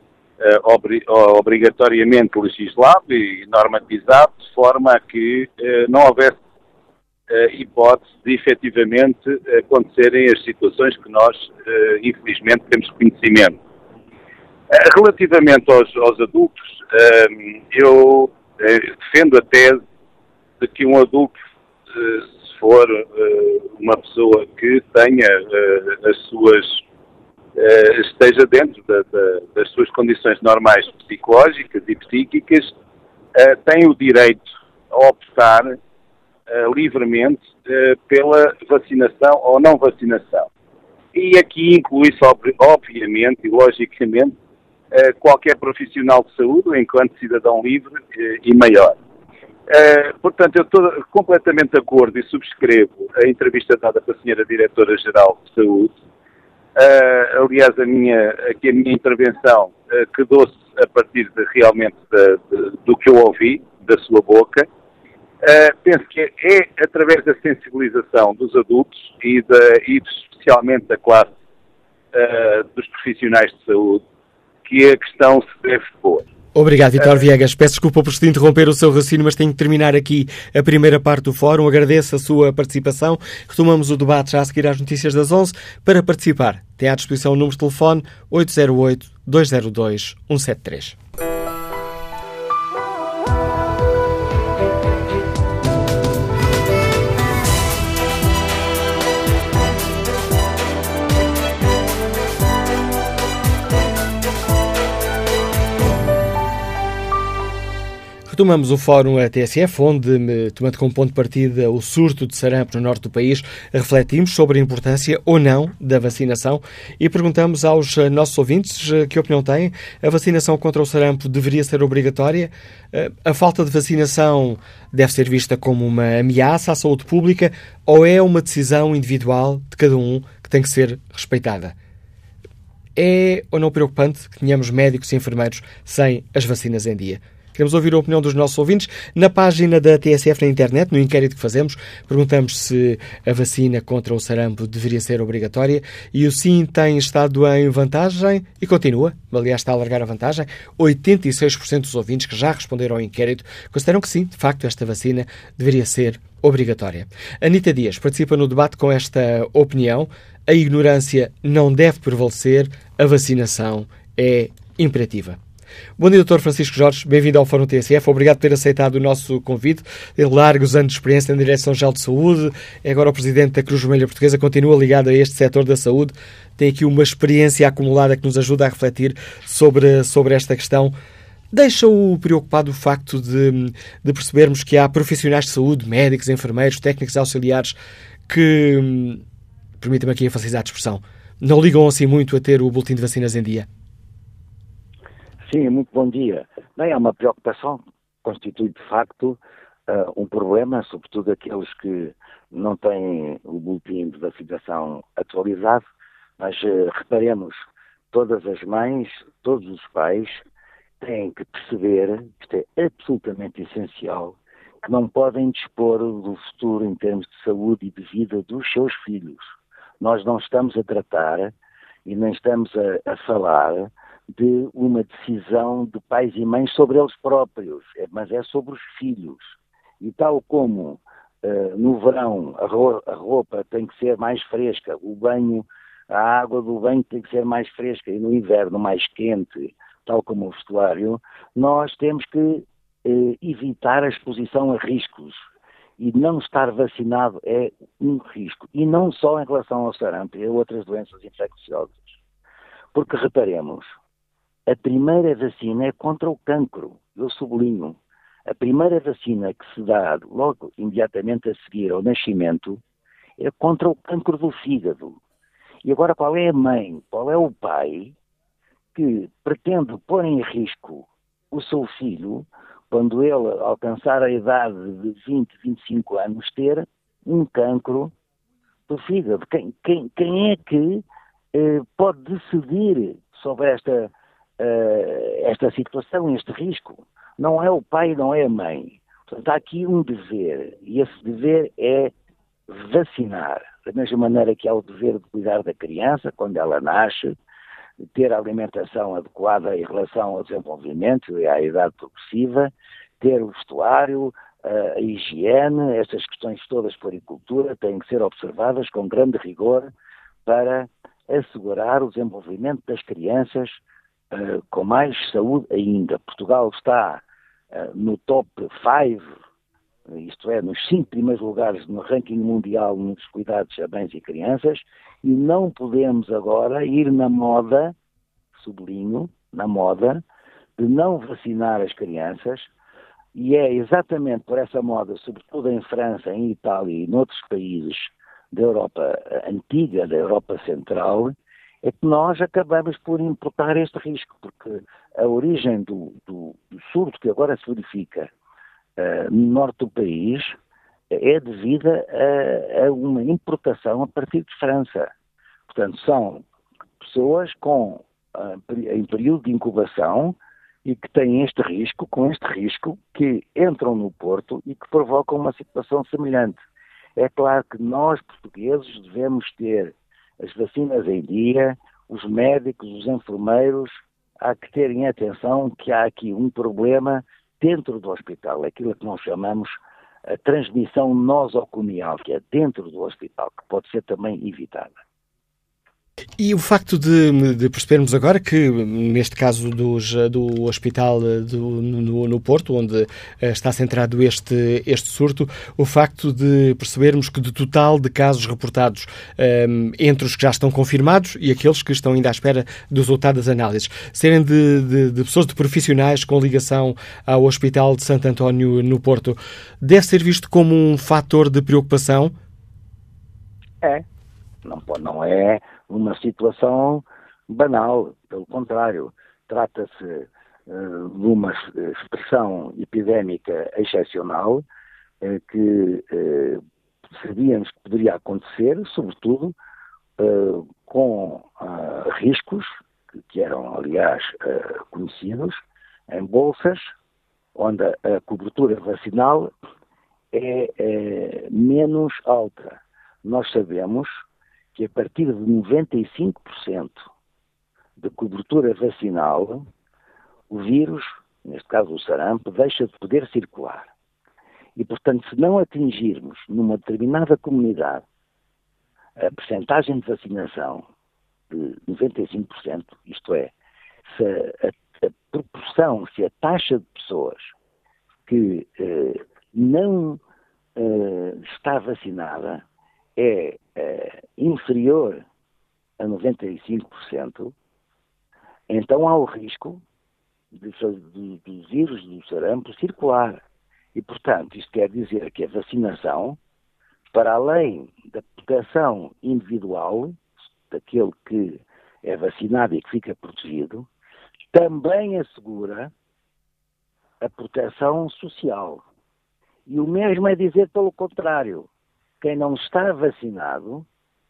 obrigatoriamente legislado e normatizado, de forma a que não houvesse hipótese de efetivamente acontecerem as situações que nós, infelizmente, temos conhecimento. Relativamente aos adultos, eu defendo a tese de que um adulto, se for uma pessoa que tenha esteja dentro das suas condições normais psicológicas e psíquicas, tem o direito a optar livremente pela vacinação ou não vacinação. E aqui inclui-se, obviamente e logicamente, qualquer profissional de saúde, enquanto cidadão livre e maior. Portanto, eu estou completamente de acordo e subscrevo a entrevista dada pela Sra. Diretora-Geral de Saúde. Aliás, a minha intervenção quedou-se a partir realmente do que eu ouvi da sua boca. Penso que é através da sensibilização dos adultos e especialmente da classe dos profissionais de saúde que a questão se deve pôr. Obrigado, Vítor Viegas. Peço desculpa por te interromper o seu raciocínio, mas tenho que terminar aqui a primeira parte do fórum. Agradeço a sua participação. Retomamos o debate já a seguir às notícias das 11. Para participar, tem à disposição o número de telefone 808-202-173. Retomamos o Fórum TSF, onde, tomando como ponto de partida o surto de sarampo no norte do país, refletimos sobre a importância ou não da vacinação e perguntamos aos nossos ouvintes que opinião têm. A vacinação contra o sarampo deveria ser obrigatória? A falta de vacinação deve ser vista como uma ameaça à saúde pública ou é uma decisão individual de cada um que tem que ser respeitada? É ou não preocupante que tenhamos médicos e enfermeiros sem as vacinas em dia? Queremos ouvir a opinião dos nossos ouvintes. Na página da TSF na internet, no inquérito que fazemos, perguntamos se a vacina contra o sarampo deveria ser obrigatória e o sim tem estado em vantagem e continua, aliás está a alargar a vantagem. 86% dos ouvintes que já responderam ao inquérito consideram que sim, de facto, esta vacina deveria ser obrigatória. Anita Dias participa no debate com esta opinião. A ignorância não deve prevalecer, a vacinação é imperativa. Bom dia, Dr. Francisco Jorge. Bem-vindo ao Fórum TSF. Obrigado por ter aceitado o nosso convite. Tem largos anos de experiência na Direção-Geral de Saúde. É agora o Presidente da Cruz Vermelha Portuguesa. Continua ligado a este setor da saúde. Tem aqui uma experiência acumulada que nos ajuda a refletir sobre esta questão. Deixa-o preocupado o facto de percebermos que há profissionais de saúde, médicos, enfermeiros, técnicos auxiliares, que, permita-me aqui a facilidade de expressão, não ligam assim muito a ter o boletim de vacinas em dia? Sim, muito bom dia. Bem, é uma preocupação, constitui de facto um problema, sobretudo aqueles que não têm o boletim de vacinação atualizado, mas reparemos, todas as mães, todos os pais têm que perceber, isto é absolutamente essencial, que não podem dispor do futuro em termos de saúde e de vida dos seus filhos. Nós não estamos a tratar e nem estamos a falar de uma decisão de pais e mães sobre eles próprios, mas é sobre os filhos. E tal como no verão a roupa tem que ser mais fresca, a água do banho tem que ser mais fresca e no inverno mais quente, tal como o vestuário, nós temos que evitar a exposição a riscos. E não estar vacinado é um risco. E não só em relação ao sarampo e a outras doenças infecciosas. Porque reparemos, a primeira vacina é contra o cancro, eu sublinho. A primeira vacina que se dá logo imediatamente a seguir ao nascimento é contra o cancro do fígado. E agora qual é a mãe, qual é o pai que pretende pôr em risco o seu filho quando ele alcançar a idade de 20, 25 anos ter um cancro do fígado? Quem é que pode decidir sobre esta situação, este risco? Não é o pai, não é a mãe. Portanto, há aqui um dever, e esse dever é vacinar. Da mesma maneira que há o dever de cuidar da criança quando ela nasce, ter a alimentação adequada em relação ao desenvolvimento e à idade progressiva, ter o vestuário, a higiene, estas questões todas de floricultura têm que ser observadas com grande rigor para assegurar o desenvolvimento das crianças com mais saúde ainda. Portugal está no top 5, isto é, nos 5 primeiros lugares no ranking mundial nos cuidados a mães e crianças, e não podemos agora ir na moda, sublinho, na moda, de não vacinar as crianças, e é exatamente por essa moda, sobretudo em França, em Itália e noutros países da Europa antiga, da Europa Central, é que nós acabamos por importar este risco, porque a origem do surto que agora se verifica no norte do país é devida a uma importação a partir de França. Portanto, são pessoas em período de incubação e que têm este risco, que entram no Porto e que provocam uma situação semelhante. É claro que nós, portugueses, devemos ter as vacinas em dia, os médicos, os enfermeiros, há que terem atenção que há aqui um problema dentro do hospital, aquilo que nós chamamos a transmissão nosocomial, que é dentro do hospital, que pode ser também evitada. E o facto de percebermos agora que, neste caso do hospital no Porto, onde está centrado este surto, o facto de percebermos que do total de casos reportados entre os que já estão confirmados e aqueles que estão ainda à espera do resultado das análises, serem de pessoas, de profissionais com ligação ao Hospital de Santo António no Porto, deve ser visto como um fator de preocupação? Não é uma situação banal, pelo contrário, trata-se de uma expressão epidémica excepcional que sabíamos que poderia acontecer, sobretudo com riscos que eram, aliás, conhecidos, em bolsas, onde a cobertura vacinal é menos alta. Nós sabemos que a partir de 95% de cobertura vacinal, o vírus, neste caso o sarampo, deixa de poder circular. E, portanto, se não atingirmos numa determinada comunidade a percentagem de vacinação de 95%, isto é, se a proporção, se a taxa de pessoas que não está vacinada é inferior a 95%, então há o risco do vírus do sarampo circular. E, portanto, isto quer dizer que a vacinação, para além da proteção individual, daquele que é vacinado e que fica protegido, também assegura a proteção social. E o mesmo é dizer pelo contrário. Quem não está vacinado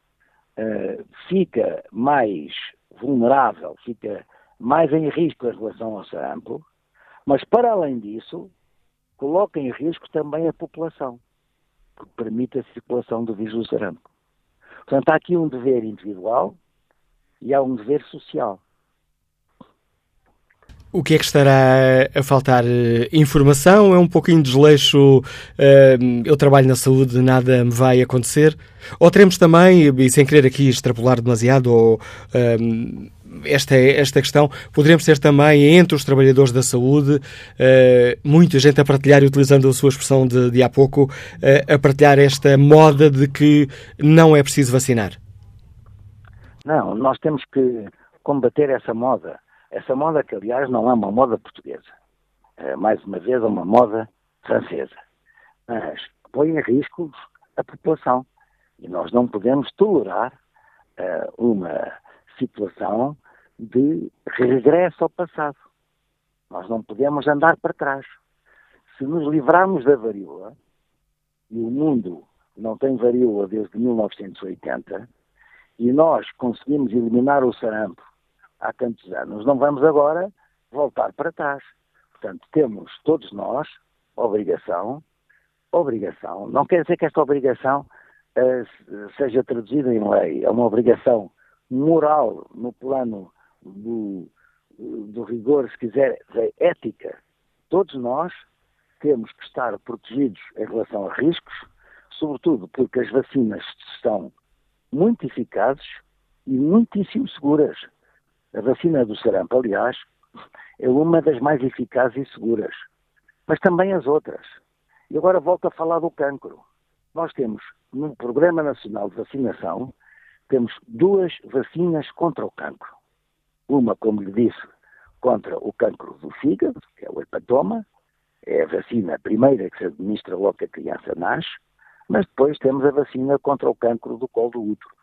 fica mais vulnerável, fica mais em risco em relação ao sarampo, mas para além disso, coloca em risco também a população, porque permite a circulação do vírus do sarampo. Portanto, há aqui um dever individual e há um dever social. O que é que estará a faltar? Informação? É um pouquinho de desleixo? Eu trabalho na saúde, nada me vai acontecer? Ou teremos também, e sem querer aqui extrapolar demasiado, esta questão, poderemos ter também entre os trabalhadores da saúde muita gente a partilhar, utilizando a sua expressão de há pouco, a partilhar esta moda de que não é preciso vacinar? Não, nós temos que combater essa moda. Essa moda que, aliás, não é uma moda portuguesa. Mais uma vez, é uma moda francesa. Mas põe em risco a população. E nós não podemos tolerar uma situação de regresso ao passado. Nós não podemos andar para trás. Se nos livrarmos da varíola, e o mundo não tem varíola desde 1980, e nós conseguimos eliminar o sarampo há tantos anos, não vamos agora voltar para trás. Portanto, temos todos nós obrigação, não quer dizer que esta obrigação seja traduzida em lei, é uma obrigação moral no plano do rigor, se quiser, da ética. Todos nós temos que estar protegidos em relação a riscos, sobretudo porque as vacinas são muito eficazes e muitíssimo seguras. A vacina do sarampo, aliás, é uma das mais eficazes e seguras, mas também as outras. E agora volto a falar do cancro. Nós temos, no Programa Nacional de Vacinação, temos 2 vacinas contra o cancro. Uma, como lhe disse, contra o cancro do fígado, que é o hepatoma, é a vacina primeira que se administra logo que a criança nasce, mas depois temos a vacina contra o cancro do colo do útero.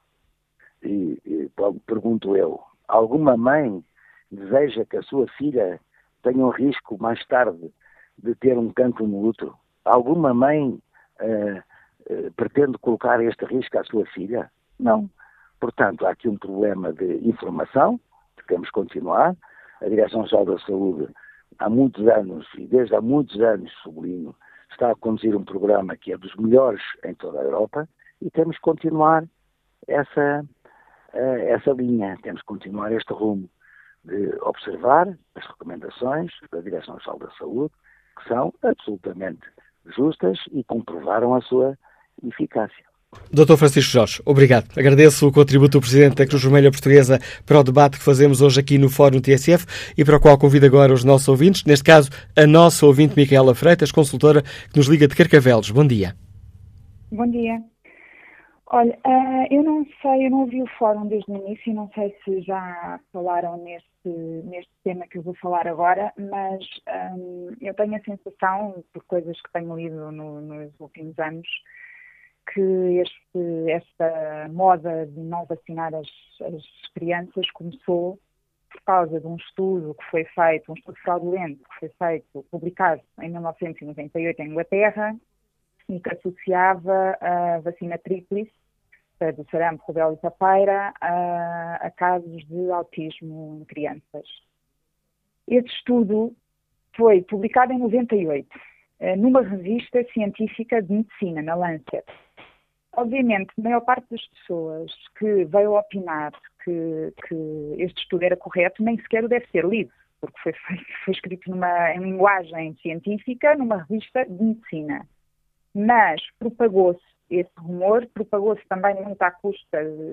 E pergunto eu, alguma mãe deseja que a sua filha tenha um risco mais tarde de ter um cancro no útero? Alguma mãe pretende colocar este risco à sua filha? Não. Portanto, há aqui um problema de informação, que temos que continuar. A Direção-Geral da Saúde, há muitos anos, e desde há muitos anos, sublinho, está a conduzir um programa que é dos melhores em toda a Europa, e temos que continuar essa linha, temos que continuar este rumo de observar as recomendações da Direção-Geral da Saúde, que são absolutamente justas e comprovaram a sua eficácia. Dr. Francisco Jorge, obrigado. Agradeço o contributo do Presidente da Cruz Vermelha Portuguesa para o debate que fazemos hoje aqui no Fórum TSF e para o qual convido agora os nossos ouvintes, neste caso a nossa ouvinte Micaela Freitas, consultora que nos liga de Carcavelos. Bom dia. Bom dia. Olha, eu não ouvi o fórum desde o início, não sei se já falaram neste tema que eu vou falar agora, mas eu tenho a sensação, por coisas que tenho lido nos últimos anos, que esta moda de não vacinar as crianças começou por causa de um estudo que foi feito, um estudo fraudulento que foi publicado em 1998 em Inglaterra, e que associava a vacina tríplice, do sarampo, rubéola e papeira, a casos de autismo em crianças. Esse estudo foi publicado em 98, numa revista científica de medicina, na Lancet. Obviamente, a maior parte das pessoas que veio opinar que este estudo era correto, nem sequer o deve ter lido, porque foi escrito em linguagem científica, numa revista de medicina. Mas propagou-se esse rumor, propagou-se também muito à custa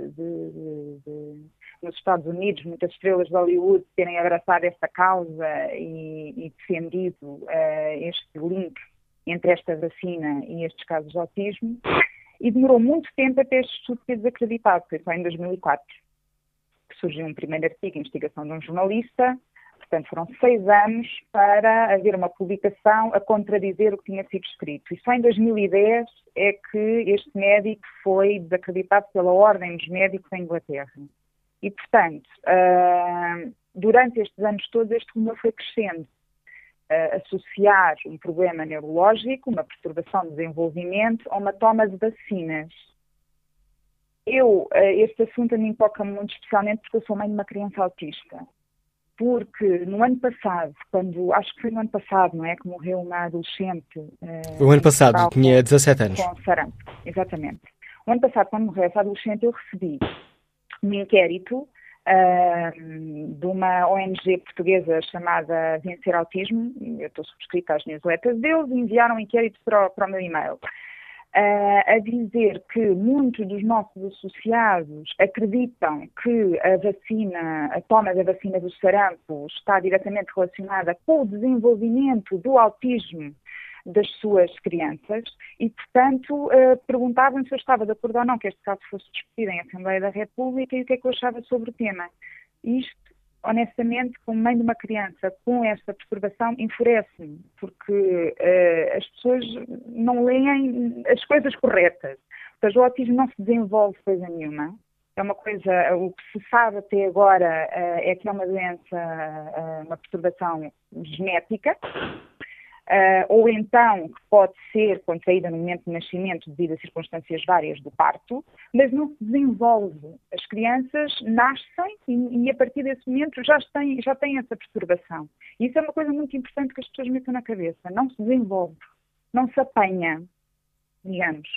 nos Estados Unidos, muitas estrelas de Hollywood terem abraçado esta causa e defendido este link entre esta vacina e estes casos de autismo, e demorou muito tempo até este estudo ser desacreditado, foi só em 2004 que surgiu um primeiro artigo, investigação de um jornalista. Portanto, foram 6 anos para haver uma publicação a contradizer o que tinha sido escrito. E só em 2010 é que este médico foi desacreditado pela Ordem dos Médicos em Inglaterra. E, portanto, durante estes anos todos, este rumor foi crescendo. Associar um problema neurológico, uma perturbação de desenvolvimento, a uma toma de vacinas. Este assunto a mim toca-me muito especialmente porque eu sou mãe de uma criança autista. Porque no ano passado, acho que foi no ano passado, não é? Que morreu uma adolescente. O ano passado, tinha 17 anos. Com sarampo, exatamente. O ano passado, quando morreu essa adolescente, eu recebi um inquérito de uma ONG portuguesa chamada Vencer Autismo. Eu estou subscrita às newsletters deles e enviaram um inquérito para o meu e-mail. A dizer que muitos dos nossos associados acreditam que a toma da vacina do sarampo está diretamente relacionada com o desenvolvimento do autismo das suas crianças e, portanto, perguntavam se eu estava de acordo ou não que este caso fosse discutido em Assembleia da República e o que é que eu achava sobre o tema. Isto, honestamente, como mãe de uma criança com esta perturbação, enfurece-me, porque as pessoas não leem as coisas corretas. Ou seja, o autismo não se desenvolve coisa nenhuma. É uma coisa, o que se sabe até agora é que é uma doença, uma perturbação genética, ou então que pode ser contraída no momento do nascimento devido a circunstâncias várias do parto, mas não se desenvolve. As crianças nascem e a partir desse momento já têm essa perturbação. E isso é uma coisa muito importante que as pessoas metam na cabeça. Não se desenvolve, não se apanha, digamos.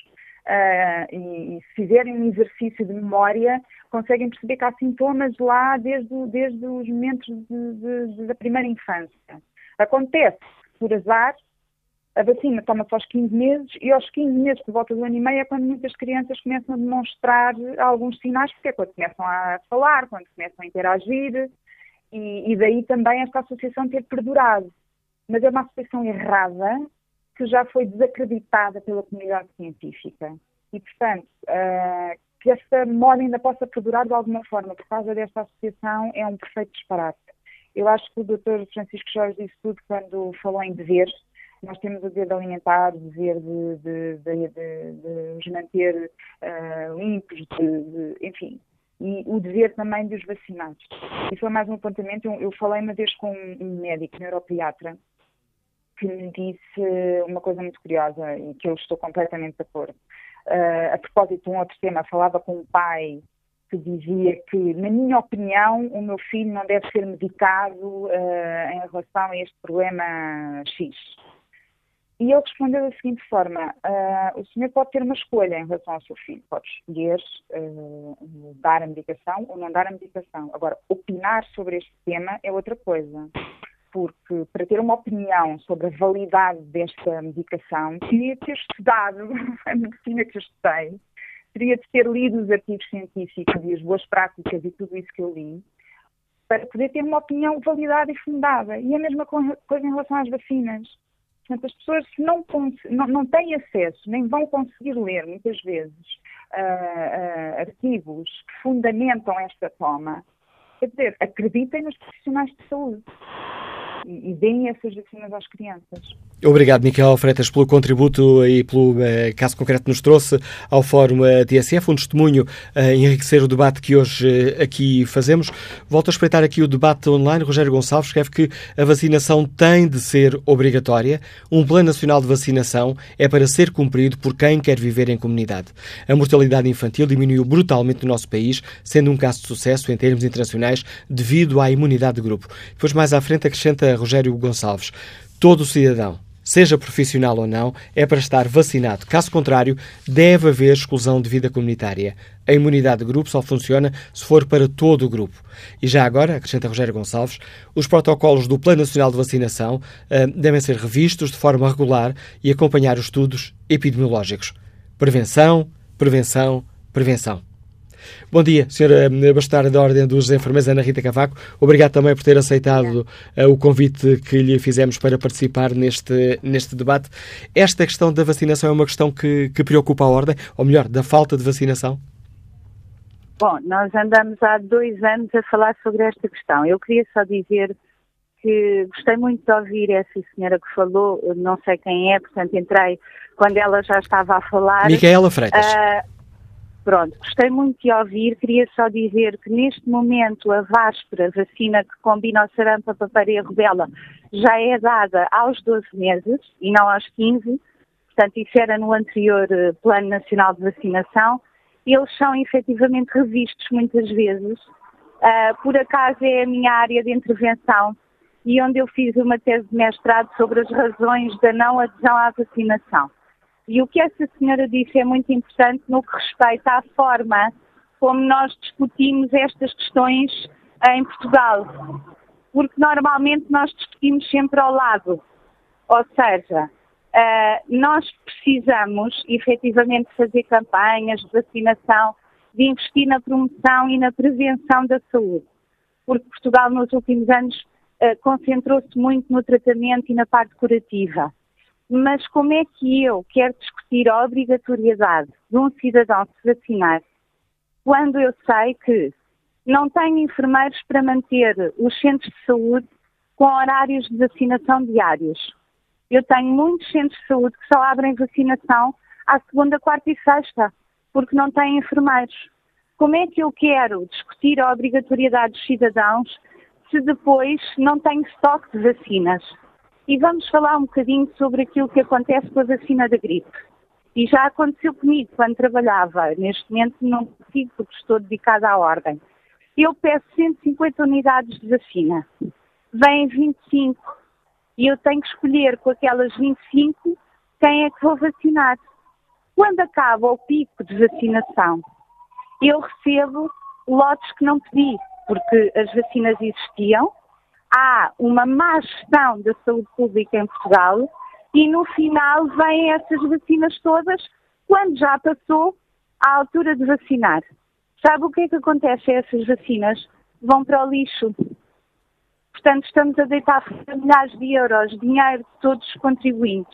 E se fizerem um exercício de memória, conseguem perceber que há sintomas lá desde os momentos da primeira infância. Acontece por azar, a vacina toma-se aos 15 meses e aos 15 meses, por volta do ano e meio, é quando muitas crianças começam a demonstrar alguns sinais, porque é quando começam a falar, quando começam a interagir, e daí também esta associação ter perdurado. Mas é uma associação errada que já foi desacreditada pela comunidade científica. E, portanto, que esta moda ainda possa perdurar de alguma forma por causa desta associação é um perfeito disparate. Eu acho que o Dr. Francisco Jorge disse tudo quando falou em deveres. Nós temos o dever de alimentar, o dever de nos manter limpos, enfim. E o dever também dos vacinados. E foi mais um apontamento. Eu falei uma vez com um médico, neuropediatra, que me disse uma coisa muito curiosa e que eu estou completamente de acordo. A propósito de um outro tema, falava com um pai que dizia que, na minha opinião, o meu filho não deve ser medicado em relação a este problema X. E ele respondeu da seguinte forma: o senhor pode ter uma escolha em relação ao seu filho, pode escolher dar a medicação ou não dar a medicação. Agora, opinar sobre este tema é outra coisa, porque para ter uma opinião sobre a validade desta medicação, tinha ter estudado a medicina que eu estudei teria de ter lido os artigos científicos e as boas práticas e tudo isso que eu li, para poder ter uma opinião validada e fundada. E a mesma coisa em relação às vacinas. Portanto, as pessoas não têm acesso, nem vão conseguir ler, muitas vezes, artigos que fundamentam esta toma. Quer dizer, acreditem nos profissionais de saúde e deem essas vacinas às crianças. Obrigado, Micaela Freitas, pelo contributo e pelo caso concreto que nos trouxe ao Fórum TSF, um testemunho a enriquecer o debate que hoje aqui fazemos. Volto a espreitar aqui o debate online. Rogério Gonçalves escreve que a vacinação tem de ser obrigatória. Um plano nacional de vacinação é para ser cumprido por quem quer viver em comunidade. A mortalidade infantil diminuiu brutalmente no nosso país, sendo um caso de sucesso em termos internacionais devido à imunidade de grupo. Depois, mais à frente, acrescenta Rogério Gonçalves: todo cidadão, seja profissional ou não, é para estar vacinado. Caso contrário, deve haver exclusão de vida comunitária. A imunidade de grupo só funciona se for para todo o grupo. E já agora, acrescenta Rogério Gonçalves, os protocolos do Plano Nacional de Vacinação devem ser revistos de forma regular e acompanhar os estudos epidemiológicos. Prevenção, prevenção, prevenção. Bom dia, Sra. Bastonária da Ordem dos Enfermeiros, Ana Rita Cavaco. Obrigado também por ter aceitado o convite que lhe fizemos para participar neste debate. Esta questão da vacinação é uma questão que preocupa a Ordem, ou melhor, da falta de vacinação? Bom, nós andamos há 2 anos a falar sobre esta questão. Eu queria só dizer que gostei muito de ouvir essa senhora que falou, não sei quem é, portanto entrei quando ela já estava a falar. Micaela Freitas. Pronto, gostei muito de ouvir. Queria só dizer que neste momento a Vaspra, a vacina que combina o sarampo, a paparia e a rubéola, já é dada aos 12 meses e não aos 15. Portanto, isso era no anterior Plano Nacional de Vacinação. Eles são efetivamente revistos muitas vezes. Por acaso é a minha área de intervenção e onde eu fiz uma tese de mestrado sobre as razões da não adesão à vacinação. E o que essa senhora disse é muito importante no que respeita à forma como nós discutimos estas questões em Portugal. Porque normalmente nós discutimos sempre ao lado. Ou seja, nós precisamos efetivamente fazer campanhas de vacinação, de investir na promoção e na prevenção da saúde. Porque Portugal nos últimos anos concentrou-se muito no tratamento e na parte curativa. Mas como é que eu quero discutir a obrigatoriedade de um cidadão se vacinar quando eu sei que não tenho enfermeiros para manter os centros de saúde com horários de vacinação diários? Eu tenho muitos centros de saúde que só abrem vacinação à segunda, quarta e sexta, porque não têm enfermeiros. Como é que eu quero discutir a obrigatoriedade dos cidadãos se depois não tenho estoque de vacinas? E vamos falar um bocadinho sobre aquilo que acontece com a vacina da gripe. E já aconteceu comigo quando trabalhava. Neste momento não consigo porque estou dedicada à ordem. Eu peço 150 unidades de vacina. Vêm 25. E eu tenho que escolher com aquelas 25 quem é que vou vacinar. Quando acaba o pico de vacinação, eu recebo lotes que não pedi, porque as vacinas existiam. Há uma má gestão da saúde pública em Portugal e no final vêm essas vacinas todas quando já passou a altura de vacinar. Sabe o que é que acontece a essas vacinas? Vão para o lixo. Portanto, estamos a deitar milhares de euros, dinheiro de todos os contribuintes.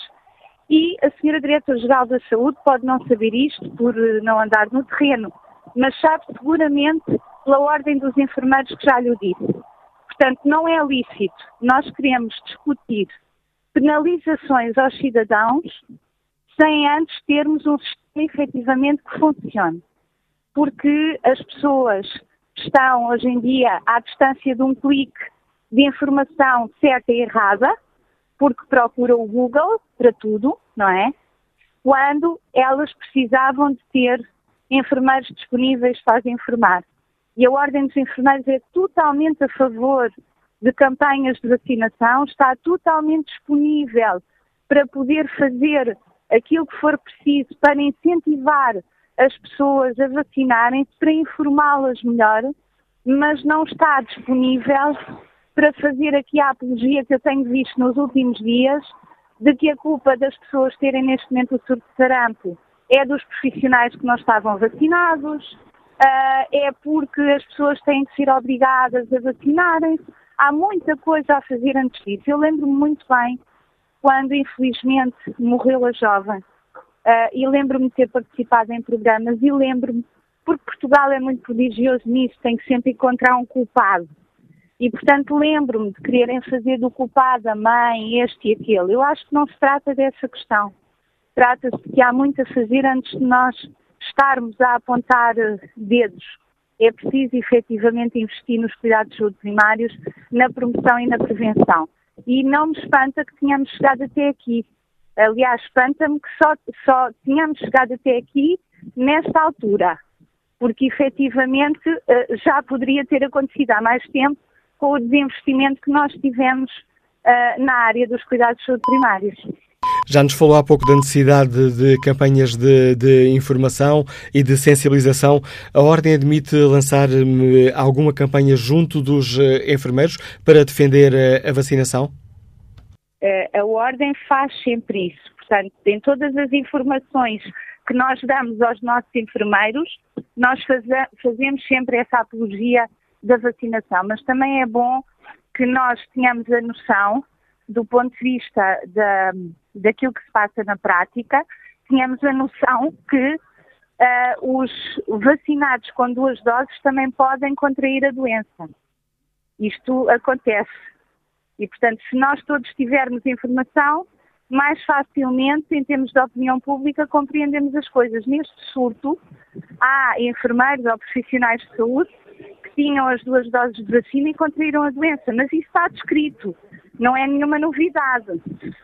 E a senhora Diretora-Geral da Saúde pode não saber isto por não andar no terreno, mas sabe seguramente pela ordem dos enfermeiros que já lhe disse. Portanto, não é lícito. Nós queremos discutir penalizações aos cidadãos sem antes termos um sistema efetivamente que funcione. Porque as pessoas estão hoje em dia à distância de um clique de informação certa e errada, porque procuram o Google para tudo, não é? Quando elas precisavam de ter enfermeiros disponíveis para as informar. E a Ordem dos Enfermeiros é totalmente a favor de campanhas de vacinação, está totalmente disponível para poder fazer aquilo que for preciso para incentivar as pessoas a vacinarem-se, para informá-las melhor, mas não está disponível para fazer aqui a apologia que eu tenho visto nos últimos dias de que a culpa das pessoas terem neste momento o surto de sarampo é dos profissionais que não estavam vacinados, é porque as pessoas têm que ser obrigadas a vacinarem-se. Há muita coisa a fazer antes disso. Eu lembro-me muito bem quando, infelizmente, morreu a jovem. E lembro-me de ter participado em programas e lembro-me, porque Portugal é muito prodigioso nisso, tem que sempre encontrar um culpado. E, portanto, lembro-me de quererem fazer do culpado a mãe, este e aquele. Eu acho que não se trata dessa questão. Trata-se de que há muito a fazer antes de nós estarmos a apontar dedos. É preciso, efetivamente, investir nos cuidados de saúde primários, na promoção e na prevenção. E não me espanta que tenhamos chegado até aqui. Aliás, espanta-me que só tínhamos chegado até aqui nesta altura. Porque, efetivamente, já poderia ter acontecido há mais tempo com o desinvestimento que nós tivemos na área dos cuidados de saúde primários. Já nos falou há pouco da necessidade de campanhas de informação e de sensibilização. A Ordem admite lançar alguma campanha junto dos enfermeiros para defender a vacinação? A Ordem faz sempre isso. Portanto, em todas as informações que nós damos aos nossos enfermeiros, nós fazemos sempre essa apologia da vacinação. Mas também é bom que nós tenhamos a noção, do ponto de vista daquilo que se passa na prática, tínhamos a noção que os vacinados com 2 doses também podem contrair a doença. Isto acontece. E, portanto, se nós todos tivermos informação, mais facilmente, em termos de opinião pública, compreendemos as coisas. Neste surto, há enfermeiros ou profissionais de saúde que tinham as 2 doses de vacina e contraíram a doença. Mas isso está descrito. Não é nenhuma novidade.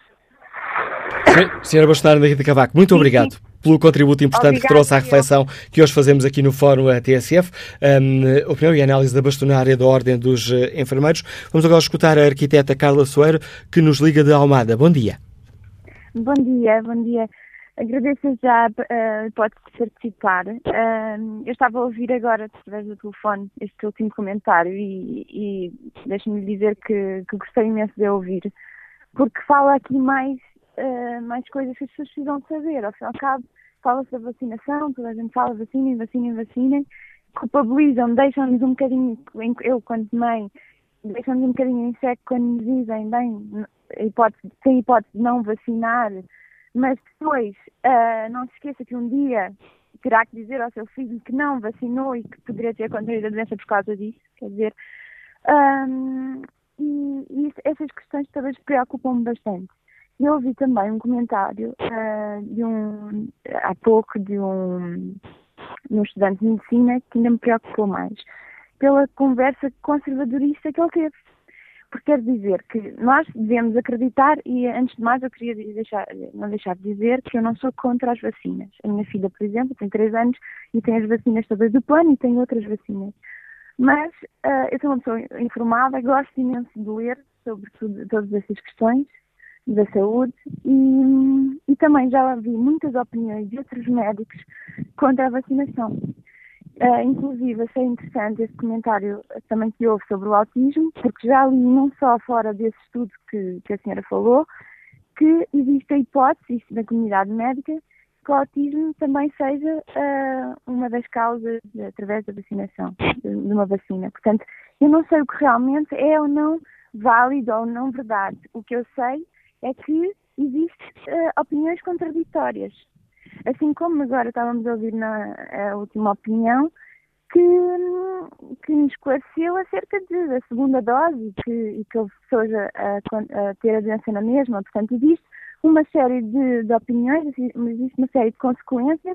Senhora Bastonária Rita Cavaco, muito obrigado pelo contributo importante que trouxe à reflexão que hoje fazemos aqui no Fórum TSF. Opinião e análise da bastonária da Ordem dos Enfermeiros. Vamos agora escutar a arquiteta Carla Soeiro, que nos liga de Almada. Bom dia. Bom dia. Agradeço já a hipótese de participar. Eu estava a ouvir agora, através do telefone, este último comentário e deixe-me dizer que gostei imenso de ouvir, porque fala aqui mais coisas que as pessoas precisam saber. Ao fim e ao cabo, fala-se da vacinação, toda a gente fala vacinem, culpabilizam, deixam-nos um bocadinho, eu quanto mãe, deixam-nos um bocadinho em seco quando nos dizem, bem, sem hipótese de não vacinar, mas depois não se esqueça que um dia terá que dizer ao seu filho que não vacinou e que poderia ter contraído a doença por causa disso. Quer dizer, essas questões todas preocupam-me bastante. Eu ouvi também um comentário há pouco de um estudante de medicina que ainda me preocupou mais, pela conversa conservadorista que ele teve. Porque quer dizer que nós devemos acreditar, e antes de mais eu queria não deixar de dizer que eu não sou contra as vacinas. A minha filha, por exemplo, tem 3 anos e tem as vacinas todas do plano e tem outras vacinas. Mas eu sou uma pessoa informada, gosto imenso de ler sobre todas essas questões da saúde e também já vi muitas opiniões de outros médicos contra a vacinação. Inclusive, achei interessante esse comentário também que houve sobre o autismo, porque já li não só fora desse estudo que a senhora falou, que existe a hipótese, isto na comunidade médica, que o autismo também seja uma das causas através da vacinação, de uma vacina. Portanto, eu não sei o que realmente é ou não válido ou não verdade. O que eu sei é que existem opiniões contraditórias. Assim como agora estávamos a ouvir na última opinião, que nos esclareceu acerca da segunda dose e que houve pessoas a ter a doença na mesma. Portanto, existe uma série de opiniões, existe uma série de consequências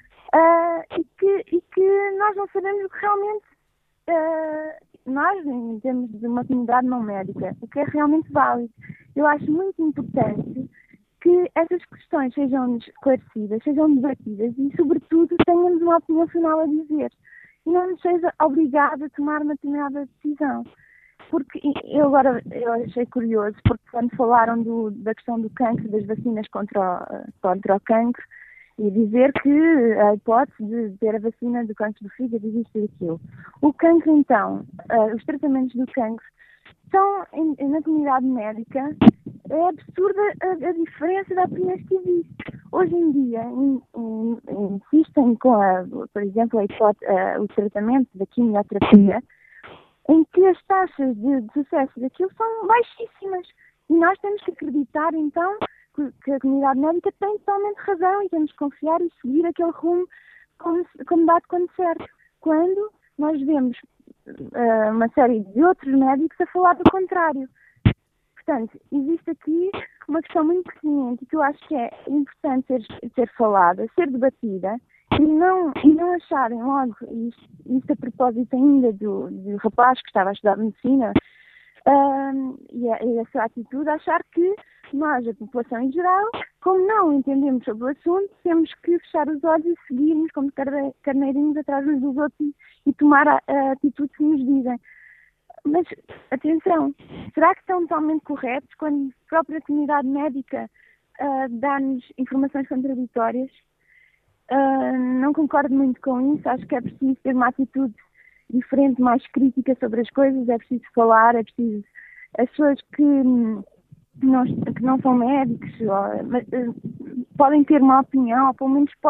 e que nós não sabemos o que realmente, nós, em termos de uma comunidade não médica, o que é realmente válido. Eu acho muito importante que essas questões sejam esclarecidas, sejam debatidas e, sobretudo, tenhamos uma opinião final a dizer. E não nos seja obrigado a tomar uma determinada decisão. Porque eu achei curioso, porque quando falaram da questão do cancro, das vacinas contra o cancro, e dizer que a hipótese de ter a vacina do cancro do fígado existe aquilo. O cancro, então, os tratamentos do cancro são, na comunidade médica, é absurda a diferença de opiniões que existe. Hoje em dia, insistem com, por exemplo, o tratamento da quimioterapia, em que as taxas de sucesso daquilo são baixíssimas. E nós temos que acreditar, então, que a comunidade médica tem totalmente razão e temos que confiar e seguir aquele rumo como dado quando certo. Quando nós vemos uma série de outros médicos a falar do contrário. Portanto, existe aqui uma questão muito pertinente que eu acho que é importante ser falada, ser debatida, e não acharem logo, isto a propósito ainda do rapaz que estava a estudar medicina, e a sua atitude, achar que nós, a população em geral, como não entendemos sobre o assunto, temos que fechar os olhos e seguirmos como carneirinhos atrás uns dos outros e tomar a atitude que nos dizem. Mas, atenção, será que estão totalmente corretos quando a própria comunidade médica dá-nos informações contraditórias? Não concordo muito com isso, acho que é preciso ter uma atitude diferente, mais crítica sobre as coisas, é preciso falar, é preciso... As pessoas que não são médicos podem ter uma opinião, ou pelo menos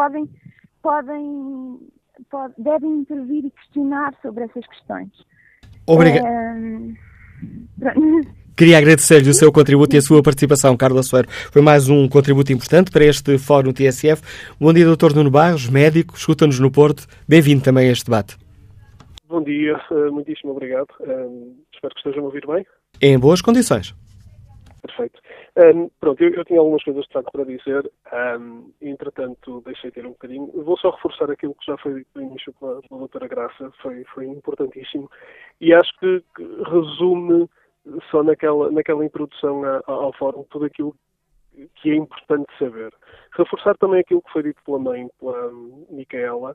devem intervir e questionar sobre essas questões. Obrigado. Queria agradecer-lhe o seu contributo e a sua participação, Carla Soeiro. Foi mais um contributo importante para este Fórum TSF. Bom dia, Dr. Nuno Barros, médico, escuta-nos no Porto. Bem-vindo também a este debate. Bom dia, muitíssimo obrigado. Espero que estejam a ouvir bem. Em boas condições. Perfeito. Pronto, eu tinha algumas coisas de facto para dizer, entretanto deixei ter um bocadinho. Vou só reforçar aquilo que já foi dito no início pela doutora Graça, foi importantíssimo, e acho que resume só naquela introdução ao fórum tudo aquilo que é importante saber. Reforçar também aquilo que foi dito pela mãe, pela Micaela,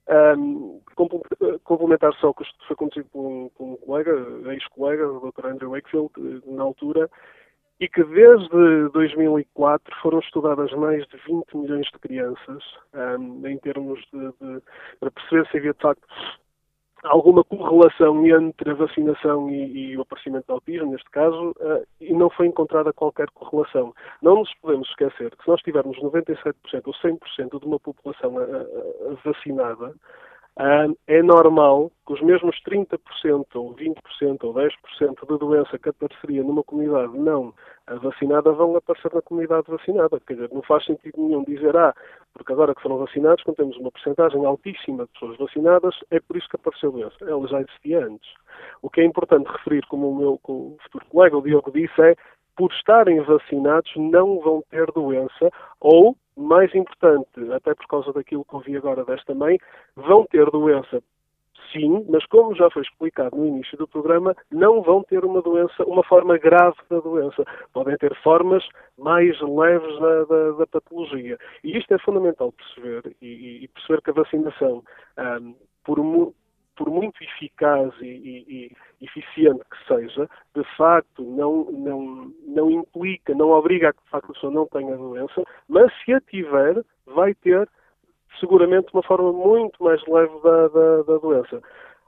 complementar só o que foi conduzido por um colega, ex-colega, o Dr. Andrew Wakefield, na altura, e que desde 2004 foram estudadas mais de 20 milhões de crianças, em termos para perceber se havia de facto alguma correlação entre a vacinação e o aparecimento de autismo, neste caso, e não foi encontrada qualquer correlação. Não nos podemos esquecer que se nós tivermos 97% ou 100% de uma população vacinada, é normal que os mesmos 30% ou 20% ou 10% de doença que apareceria numa comunidade não vacinada vão aparecer na comunidade vacinada. Quer dizer, não faz sentido nenhum dizer, porque agora que foram vacinados, quando temos uma porcentagem altíssima de pessoas vacinadas, é por isso que apareceu a doença. Ela já existia antes. O que é importante referir, como o futuro colega, o Diogo, disse, é por estarem vacinados não vão ter doença ou, mais importante, até por causa daquilo que ouvi agora desta mãe, vão ter doença, sim, mas como já foi explicado no início do programa, não vão ter uma doença, uma forma grave da doença. Podem ter formas mais leves da patologia. E isto é fundamental perceber, e perceber que a vacinação, por muito eficaz e eficiente que seja, de facto não implica, não obriga a que de facto a pessoa não tenha doença, mas se a tiver, vai ter seguramente uma forma muito mais leve da doença.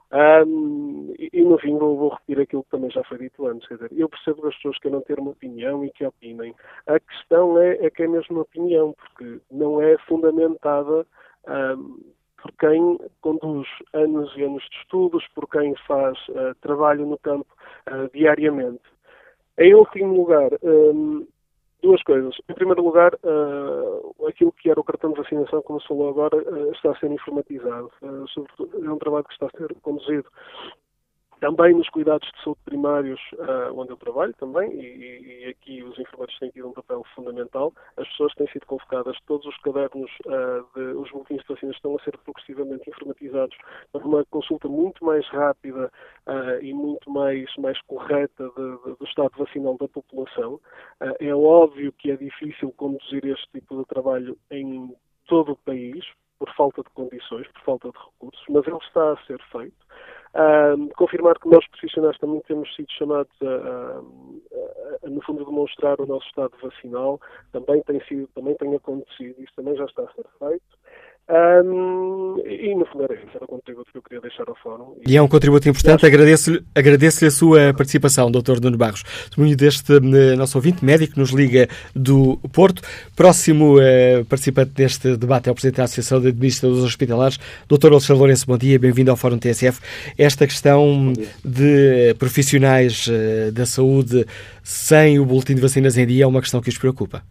E no fim vou repetir aquilo que também já foi dito antes, quer dizer, eu percebo das pessoas que queiram ter uma opinião e que opinem. A questão é que é mesmo uma opinião, porque não é fundamentada por quem conduz anos e anos de estudos, por quem faz trabalho no campo diariamente. Em último lugar, duas coisas. Em primeiro lugar, aquilo que era o cartão de vacinação, como se falou agora, está a ser informatizado. Sobretudo, é um trabalho que está a ser conduzido também nos cuidados de saúde primários, onde eu trabalho também, e aqui os informáticos têm tido um papel fundamental. As pessoas têm sido convocadas, todos os cadernos, os boletins de vacinas estão a ser progressivamente informatizados para uma consulta muito mais rápida e muito mais correta do estado vacinal da população. É óbvio que é difícil conduzir este tipo de trabalho em todo o país, por falta de condições, por falta de recursos, mas ele está a ser feito. Confirmar que nós profissionais também temos sido chamados a no fundo, demonstrar o nosso estado vacinal, também tem acontecido, isso também já está a ser feito. E no fundo era isso, era o contributo que eu queria deixar ao fórum. E é um contributo importante, agradeço-lhe a sua participação, Dr. Nuno Barros. Testemunho deste nosso ouvinte médico que nos liga do Porto. Próximo participante deste debate é o Presidente da Associação de Administradores Hospitalares, Dr. Alexandre Lourenço. Bom dia, bem-vindo ao Fórum TSF. Esta questão de profissionais da saúde sem o boletim de vacinas em dia é uma questão que os preocupa.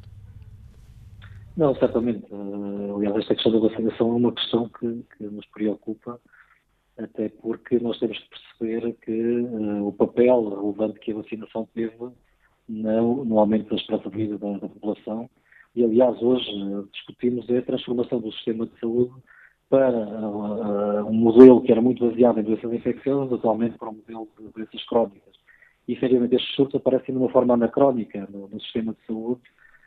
Não, certamente. Aliás, esta questão da vacinação é uma questão que nos preocupa, até porque nós temos que perceber que o papel relevante que a vacinação teve no aumento da esperança de vida da população. E, aliás, hoje discutimos a transformação do sistema de saúde para um modelo que era muito baseado em doenças infecciosas, atualmente para um modelo de doenças crónicas. E, efetivamente, estes surtos aparecem de uma forma anacrónica no sistema de saúde.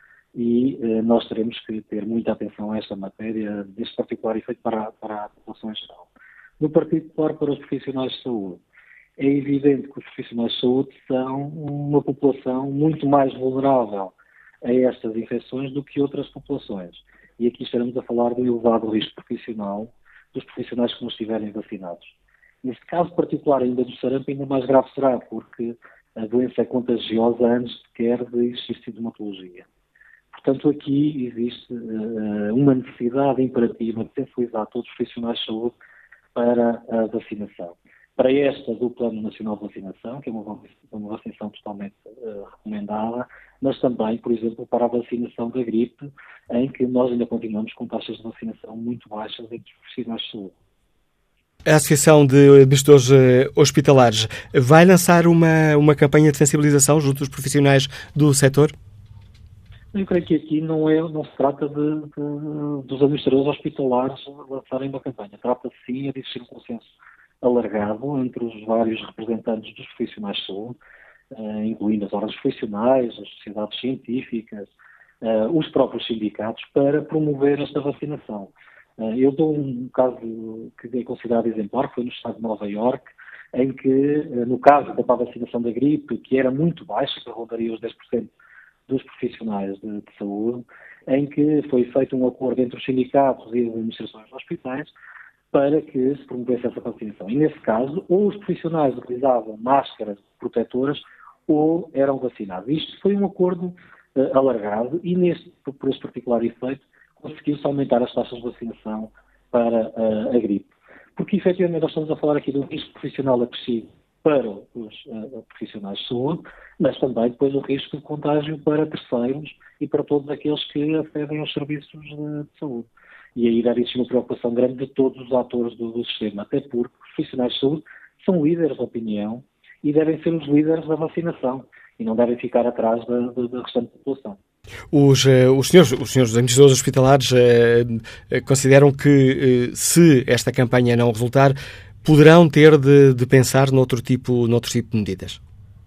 E nós teremos que ter muita atenção a esta matéria, deste particular efeito para a população em geral. No particular para os profissionais de saúde, é evidente que os profissionais de saúde são uma população muito mais vulnerável a estas infecções do que outras populações. E aqui estaremos a falar do elevado risco profissional dos profissionais que não estiverem vacinados. Neste caso particular ainda do sarampo, ainda mais grave será, porque a doença é contagiosa antes sequer de existir sintomatologia. Portanto, aqui existe uma necessidade imperativa de sensibilizar todos os profissionais de saúde para a vacinação. Para esta do Plano Nacional de Vacinação, que é uma vacinação totalmente recomendada, mas também, por exemplo, para a vacinação da gripe, em que nós ainda continuamos com taxas de vacinação muito baixas entre os profissionais de saúde. A Associação de Administradores Hospitalares vai lançar uma campanha de sensibilização junto dos profissionais do setor? Eu creio que aqui não se trata dos administradores hospitalares lançarem uma campanha. Trata-se sim de existir um consenso alargado entre os vários representantes dos profissionais de saúde, incluindo as ordens profissionais, as sociedades científicas, os próprios sindicatos, para promover esta vacinação. Eu dou um caso que é considerado exemplar, que foi no estado de Nova Iorque, em que, no caso da vacinação da gripe, que era muito baixa, que rondaria os 10% dos profissionais de saúde, em que foi feito um acordo entre os sindicatos e as administrações dos hospitais para que se promovesse essa vacinação. E, nesse caso, ou os profissionais utilizavam máscaras protetoras ou eram vacinados. Isto foi um acordo alargado e, por este particular efeito, conseguiu-se aumentar as taxas de vacinação para a gripe. Porque, efetivamente, nós estamos a falar aqui de um risco profissional acrescido para os profissionais de saúde, mas também depois o risco de contágio para terceiros e para todos aqueles que acedem aos serviços de saúde. E aí deve existir uma preocupação grande de todos os atores do sistema, até porque os profissionais de saúde são líderes da opinião e devem ser os líderes da vacinação e não devem ficar atrás da restante população. Os senhores administradores hospitalares consideram que se esta campanha não resultar, poderão ter de pensar noutro tipo de medidas?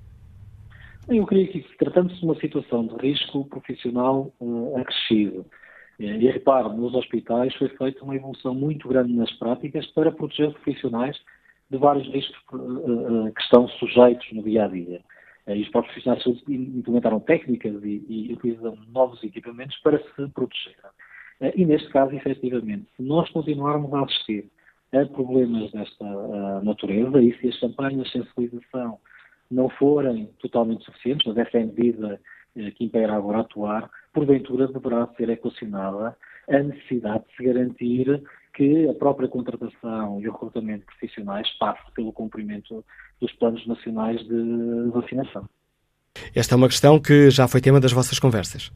Eu creio que, tratando-se de uma situação de risco profissional acrescido, e reparo, nos hospitais foi feita uma evolução muito grande nas práticas para proteger os profissionais de vários riscos que estão sujeitos no dia-a-dia. E os próprios profissionais de saúde implementaram técnicas e utilizam novos equipamentos para se proteger. E neste caso, efetivamente, se nós continuarmos a assistir a problemas desta natureza e se as campanhas de sensibilização não forem totalmente suficientes, mas essa é a medida que impera agora atuar, porventura deverá ser equacionada a necessidade de se garantir que a própria contratação e o recrutamento de profissionais passe pelo cumprimento dos planos nacionais de vacinação. Esta é uma questão que já foi tema das vossas conversas.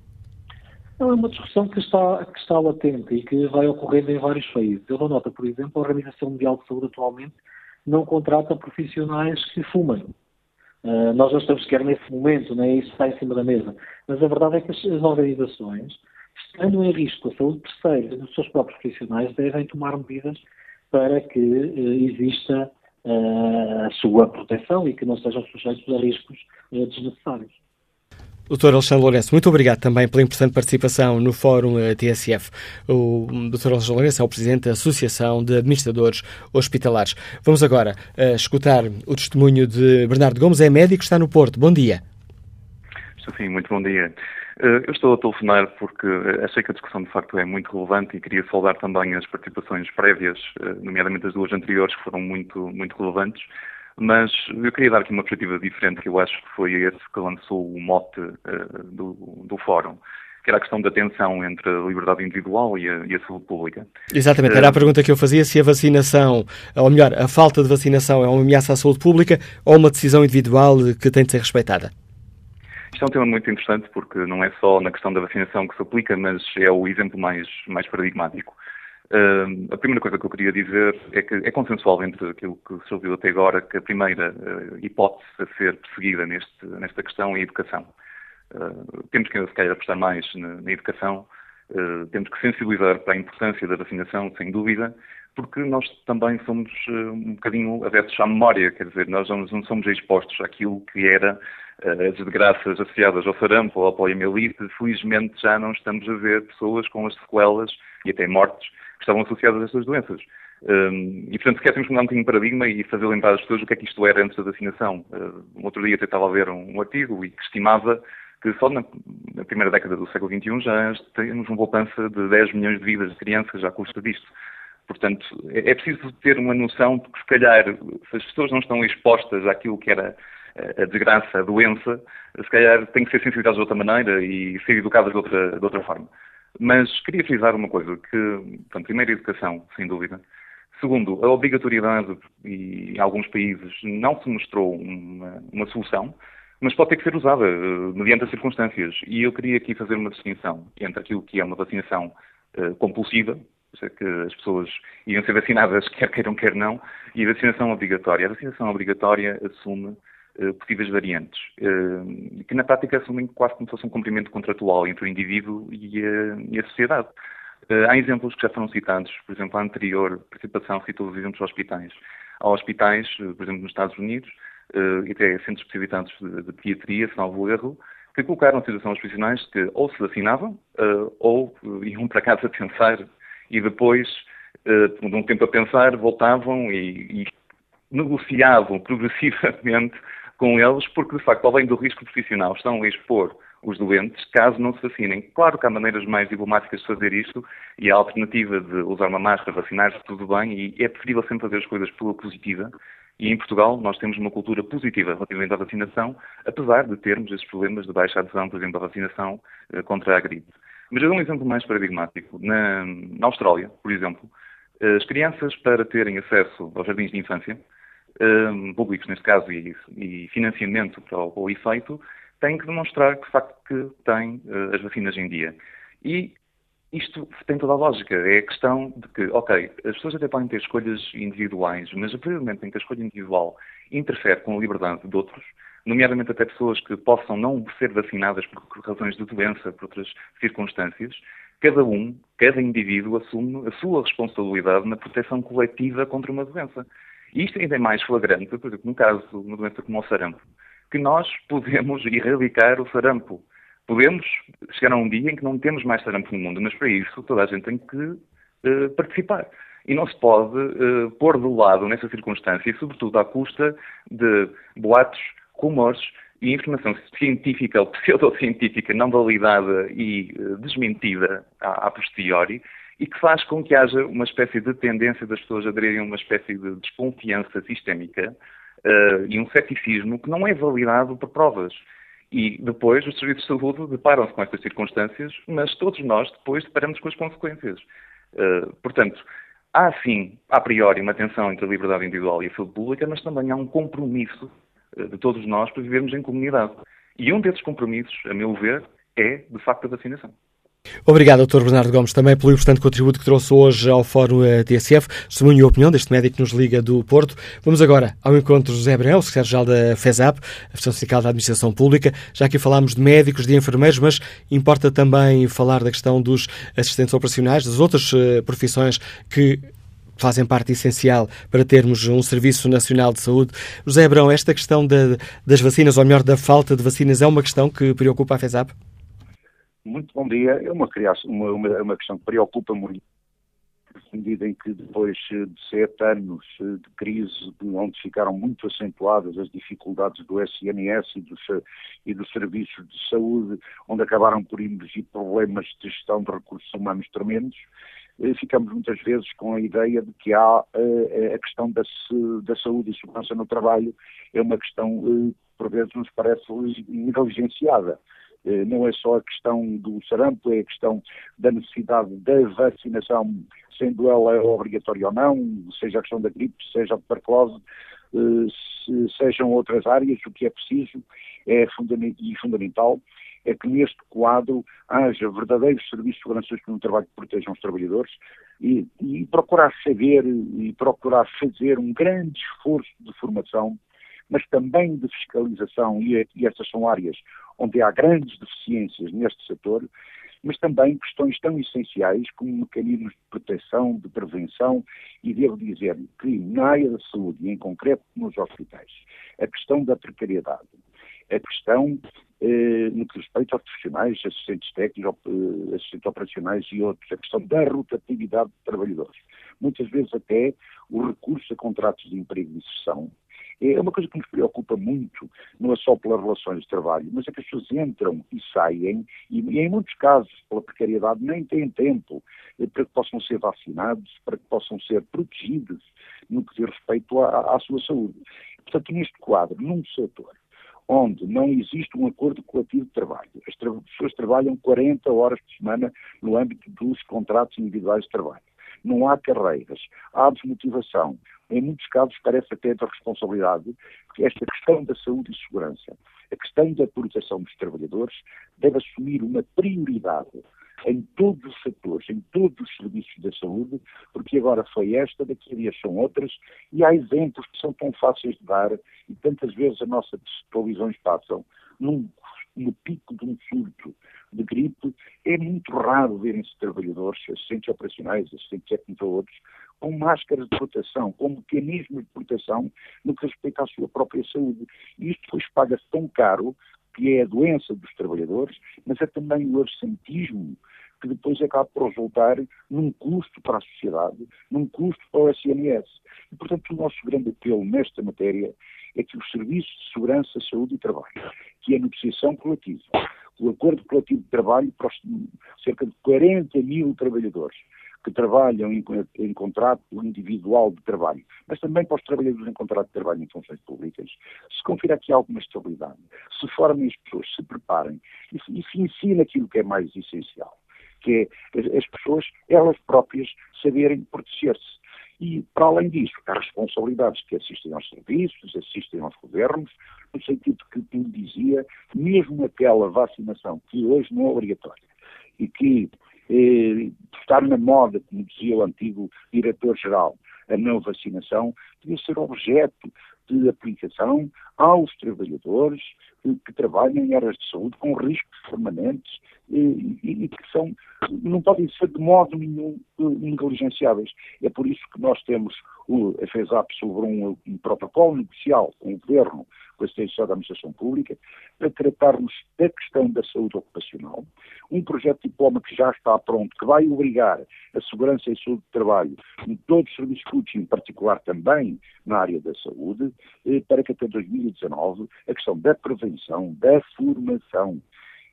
É uma discussão que está latente e que vai ocorrendo em vários países. Eu dou nota, por exemplo, a Organização Mundial de Saúde atualmente não contrata profissionais que fumem. Nós não estamos sequer nesse momento, nem isso está em cima da mesa. Mas a verdade é que as organizações, estando em risco a saúde de terceiros e dos seus próprios profissionais, devem tomar medidas para que exista a sua proteção e que não sejam sujeitos a riscos desnecessários. Dr. Alexandre Lourenço, muito obrigado também pela importante participação no Fórum TSF. O Dr. Alexandre Lourenço é o Presidente da Associação de Administradores Hospitalares. Vamos agora escutar o testemunho de Bernardo Gomes, é médico, está no Porto. Bom dia. Sim, muito bom dia. Eu estou a telefonar porque achei que a discussão de facto é muito relevante e queria saudar também as participações prévias, nomeadamente as duas anteriores, que foram muito, muito relevantes. Mas eu queria dar aqui uma perspectiva diferente, que eu acho que foi esse que lançou o mote do fórum, que era a questão da tensão entre a liberdade individual e a saúde pública. Exatamente, era a pergunta que eu fazia, se a vacinação, ou melhor, a falta de vacinação é uma ameaça à saúde pública ou uma decisão individual que tem de ser respeitada. Isto é um tema muito interessante porque não é só na questão da vacinação que se aplica, mas é o exemplo mais paradigmático. A primeira coisa que eu queria dizer é que é consensual entre aquilo que se ouviu até agora que a primeira hipótese a ser perseguida nesta questão é a educação. Temos que, se calhar, apostar mais na educação, temos que sensibilizar para a importância da vacinação, sem dúvida, porque nós também somos um bocadinho avessos à memória, quer dizer, nós não somos expostos àquilo que era as desgraças associadas ao sarampo ou à poliomielite. Felizmente já não estamos a ver pessoas com as sequelas e até mortes que estavam associadas a estas doenças. E, portanto, se queríamos mudar um bocadinho de paradigma e fazer lembrar as pessoas o que é que isto era antes da vacinação. Um outro dia até estava a ver um artigo e que estimava que só na primeira década do século XXI já temos uma poupança de 10 milhões de vidas de crianças à custa disto. Portanto, é preciso ter uma noção de que, se calhar, se as pessoas não estão expostas àquilo que era a desgraça, a doença, se calhar têm que ser sensibilizadas de outra maneira e ser educadas de outra forma. Mas queria frisar uma coisa, que, portanto, primeiro, a educação, sem dúvida. Segundo, a obrigatoriedade, e em alguns países, não se mostrou uma solução, mas pode ter que ser usada mediante as circunstâncias. E eu queria aqui fazer uma distinção entre aquilo que é uma vacinação compulsiva, que as pessoas iam ser vacinadas, quer queiram, quer não, e a vacinação obrigatória. A vacinação obrigatória assume possíveis variantes, que na prática assumem quase como se fosse um cumprimento contratual entre o indivíduo e a sociedade. Há exemplos que já foram citados, por exemplo, a anterior participação citou os exemplos dos hospitais. Há hospitais, por exemplo, nos Estados Unidos, e até centros especializados de pediatria, salvo erro, que colocaram a situação aos profissionais que ou se vacinavam, ou iam para casa pensar, e depois, de um tempo a pensar, voltavam e negociavam progressivamente com eles, porque, de facto, além do risco profissional, estão a expor os doentes, caso não se vacinem. Claro que há maneiras mais diplomáticas de fazer isto, e a alternativa de usar uma máscara, vacinar-se, tudo bem, e é preferível sempre fazer as coisas pela positiva. E em Portugal nós temos uma cultura positiva relativamente à vacinação, apesar de termos esses problemas de baixa adesão, por exemplo, à vacinação contra a gripe. Mas eu dou um exemplo mais paradigmático. Na Austrália, por exemplo, as crianças, para terem acesso aos jardins de infância, públicos neste caso, e financiamento para o efeito, têm que demonstrar que, de facto, que têm as vacinas em dia. E isto tem toda a lógica. É a questão de que, ok, as pessoas até podem ter escolhas individuais, mas a partir do momento em que a escolha individual interfere com a liberdade de outros, nomeadamente até pessoas que possam não ser vacinadas por razões de doença, por outras circunstâncias, cada indivíduo assume a sua responsabilidade na proteção coletiva contra uma doença. E isto ainda é mais flagrante, por exemplo, no caso de uma doença como o sarampo, que nós podemos erradicar o sarampo. Podemos chegar a um dia em que não temos mais sarampo no mundo, mas para isso toda a gente tem que participar. E não se pode pôr de lado nessa circunstância, e sobretudo à custa de boatos, rumores e informação científica ou pseudocientífica não validada e desmentida a posteriori, e que faz com que haja uma espécie de tendência das pessoas aderirem a uma espécie de desconfiança sistémica e um ceticismo que não é validado por provas. E depois os serviços de saúde deparam-se com estas circunstâncias, mas todos nós depois deparamos com as consequências. Portanto, há sim, a priori, uma tensão entre a liberdade individual e a saúde pública, mas também há um compromisso de todos nós para vivermos em comunidade. E um desses compromissos, a meu ver, é, de facto, a vacinação. Obrigado, Dr. Bernardo Gomes, também pelo importante contributo que trouxe hoje ao Fórum TSF. Testemunho e opinião deste médico que nos liga do Porto. Vamos agora ao encontro de José Abrão, secretário-geral da FESAP, a Federação Sindical da Administração Pública. Já aqui falámos de médicos, de enfermeiros, mas importa também falar da questão dos assistentes operacionais, das outras profissões que fazem parte essencial para termos um Serviço Nacional de Saúde. José Abrão, esta questão das vacinas, ou melhor, da falta de vacinas, é uma questão que preocupa a FESAP? Muito bom dia. É uma questão que preocupa muito. medida em que depois de 7 anos de crise, onde ficaram muito acentuadas as dificuldades do SNS e dos serviços de saúde, onde acabaram por emergir problemas de gestão de recursos humanos tremendos, ficamos muitas vezes com a ideia de que há a questão da saúde e segurança no trabalho é uma questão, por vezes, nos parece negligenciada. Não é só a questão do sarampo, é a questão da necessidade da vacinação, sendo ela obrigatória ou não, seja a questão da gripe, seja a tuberculose, sejam outras áreas. O que é preciso e fundamental é que neste quadro haja verdadeiros serviços de segurança no trabalho que protejam os trabalhadores e procurar saber e procurar fazer um grande esforço de formação, mas também de fiscalização, e estas são áreas onde há grandes deficiências neste setor, mas também questões tão essenciais como mecanismos de proteção, de prevenção, e devo dizer que na área da saúde, e em concreto nos hospitais, a questão da precariedade, a questão no que respeita aos profissionais, assistentes técnicos, assistentes operacionais e outros, a questão da rotatividade de trabalhadores, muitas vezes até o recurso a contratos de emprego e inserção, é uma coisa que nos preocupa muito, não é só pelas relações de trabalho, mas é que as pessoas entram e saem, e em muitos casos, pela precariedade, nem têm tempo para que possam ser vacinados, para que possam ser protegidos no que diz respeito à sua saúde. Portanto, neste quadro, num setor onde não existe um acordo coletivo de trabalho, as pessoas trabalham 40 horas por semana no âmbito dos contratos individuais de trabalho, não há carreiras, há desmotivação, em muitos casos carece até da responsabilidade, porque esta questão da saúde e segurança, a questão da proteção dos trabalhadores, deve assumir uma prioridade em todos os setores, em todos os serviços da saúde, porque agora foi esta, daqui a dias são outras, e há exemplos que são tão fáceis de dar, e tantas vezes as nossas televisões passam no pico de um surto de gripe, é muito raro verem-se trabalhadores, assistentes operacionais, assistentes técnicos ou outros, com máscaras de proteção, com mecanismos de proteção no que respeita à sua própria saúde. E isto depois paga-se tão caro, que é a doença dos trabalhadores, mas é também o absentismo, que depois acaba por resultar num custo para a sociedade, num custo para o SNS. E, portanto, o nosso grande apelo nesta matéria é que os serviços de segurança, saúde e trabalho, que é a negociação coletiva, o acordo coletivo de trabalho para cerca de 40 mil trabalhadores que trabalham em contrato individual de trabalho, mas também para os trabalhadores em contrato de trabalho em funções públicas, se confira aqui alguma estabilidade, se formem as pessoas, se preparem e se ensinem aquilo que é mais essencial, que é as pessoas, elas próprias, saberem proteger-se. E, para além disso, há responsabilidades que assistem aos serviços, assistem aos governos, no sentido que, como dizia, mesmo aquela vacinação que hoje não é obrigatória e que estar na moda, como dizia o antigo diretor-geral, a não vacinação, devia ser objeto de aplicação aos trabalhadores que trabalham em áreas de saúde com riscos permanentes e que não podem ser de modo nenhum negligenciáveis. É por isso que nós temos a FESAP sobre um protocolo negocial com o Governo, com a Associação da Administração Pública, para tratarmos da questão da saúde ocupacional, um projeto de diploma que já está pronto, que vai obrigar a segurança e saúde de trabalho em todos os serviços públicos, em particular também na área da saúde, para que até 2019 a questão da prevenção, da formação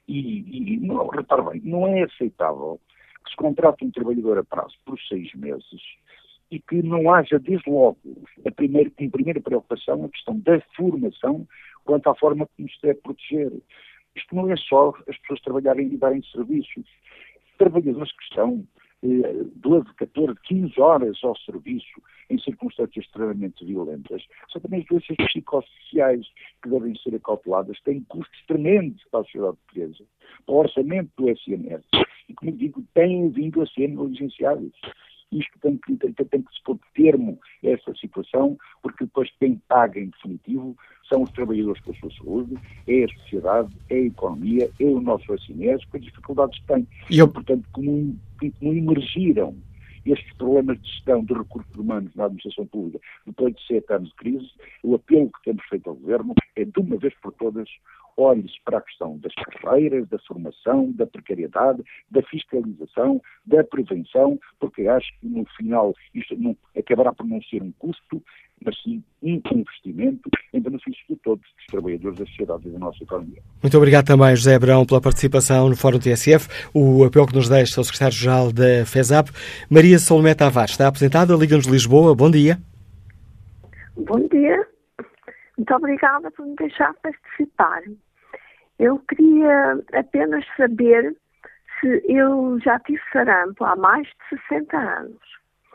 repare bem, não é aceitável que se contrate um trabalhador a prazo por 6 meses e que não haja, desde logo, em primeira preocupação, a questão da formação quanto à forma como se deve proteger. Isto não é só as pessoas trabalharem e darem serviços. Trabalhadores que estão 12, 14, 15 horas ao serviço em circunstâncias extremamente violentas, são também as doenças psicossociais que devem ser acauteladas, têm custos tremendos para a sociedade portuguesa, para o orçamento do SNS, e, como digo, têm vindo a ser negligenciados. Isto tem que se pôr termo a essa situação, porque depois quem paga em definitivo são os trabalhadores com a sua saúde, é a sociedade, é a economia, é o nosso SNS, com as dificuldades que tem. Portanto, como emergiram estes problemas de gestão de recursos humanos na administração pública depois de 7 anos de crise, o apelo que temos feito ao Governo é, de uma vez por todas, olhe-se para a questão das carreiras, da formação, da precariedade, da fiscalização, da prevenção, porque acho que no final isto não acabará por não ser um custo, mas sim um investimento em benefício de todos os trabalhadores da sociedade e da nossa economia. Muito obrigado também, José Abrão, pela participação no Fórum TSF. O apelo que nos deixa o secretário-geral da FESAP. Maria Salomé Tavares está apresentada, Liga-nos Lisboa. Bom dia. Bom dia. Muito obrigada por me deixar participar. Eu queria apenas saber se eu já tive sarampo há mais de 60 anos.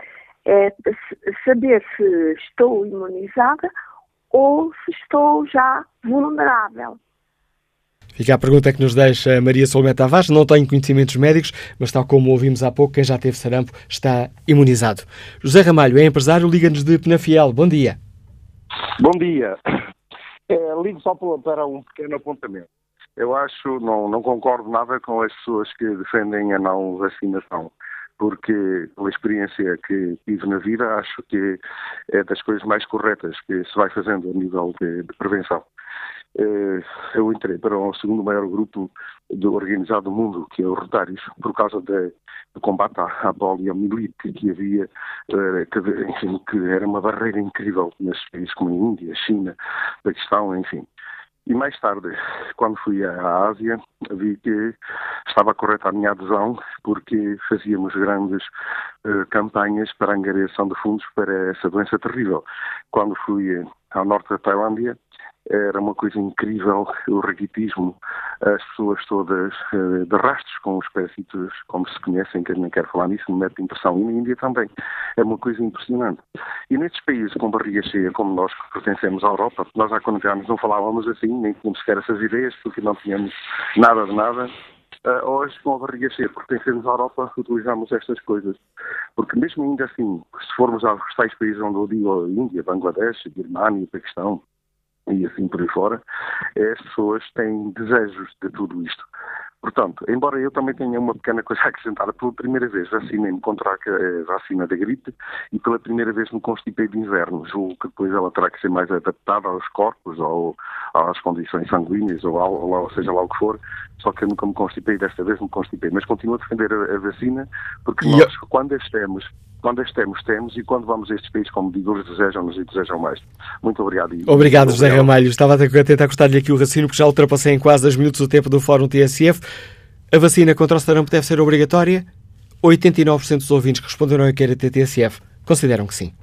Saber se estou imunizada ou se estou já vulnerável. Fica a pergunta que nos deixa Maria Salomé Tavares. Não tenho conhecimentos médicos, mas tal como ouvimos há pouco, quem já teve sarampo está imunizado. José Ramalho é empresário, liga-nos de Penafiel. Bom dia. Bom dia. Ligo só para um pequeno apontamento. Eu acho, não concordo nada com as pessoas que defendem a não vacinação, porque pela experiência que tive na vida, acho que é das coisas mais corretas que se vai fazendo a nível de prevenção. Eu entrei para o segundo maior grupo organizado do mundo, que é o Rotários, por causa do combate à poliomielite que havia, que era uma barreira incrível nesses países como a Índia, China, Paquistão, enfim. E mais tarde, quando fui à Ásia, vi que estava correta a minha adesão, porque fazíamos grandes campanhas para a angariação de fundos para essa doença terrível. Quando fui ao norte da Tailândia, era uma coisa incrível o raquitismo, as pessoas todas de rastros com os pésitos, como se conhecem, que eu nem quero falar nisso, me mete impressão. E na Índia também. É uma coisa impressionante. E nestes países com barriga cheia, como nós que pertencemos à Europa, nós há quando anos não falávamos assim, nem tínhamos sequer essas ideias, porque não tínhamos nada de nada. Hoje, com a barriga cheia, pertencemos à Europa, utilizamos estas coisas. Porque mesmo ainda assim, se formos aos tais países onde eu digo, Índia, Bangladesh, Birmania, Paquistão, e assim por aí fora, as pessoas têm desejos de tudo isto. Portanto, embora eu também tenha uma pequena coisa a acrescentar, pela primeira vez vacinei-me contra a vacina da gripe e pela primeira vez me constipei de inverno. Julgo que depois ela terá que ser mais adaptada aos corpos ou às condições sanguíneas ou seja lá o que for, só que eu nunca me constipei, desta vez me constipei. Mas continuo a defender a vacina, porque nós, quando as temos, temos, e quando vamos a estes países, como digo, eles desejam-nos e desejam mais. Muito obrigado. Obrigado, José Ramalho. Estava a tentar cortar-lhe aqui o raciocínio, porque já ultrapassei em quase 2 minutos o tempo do Fórum TSF. A vacina contra o sarampo deve ser obrigatória? 89% dos ouvintes que responderam a querer ter TSF consideram que sim.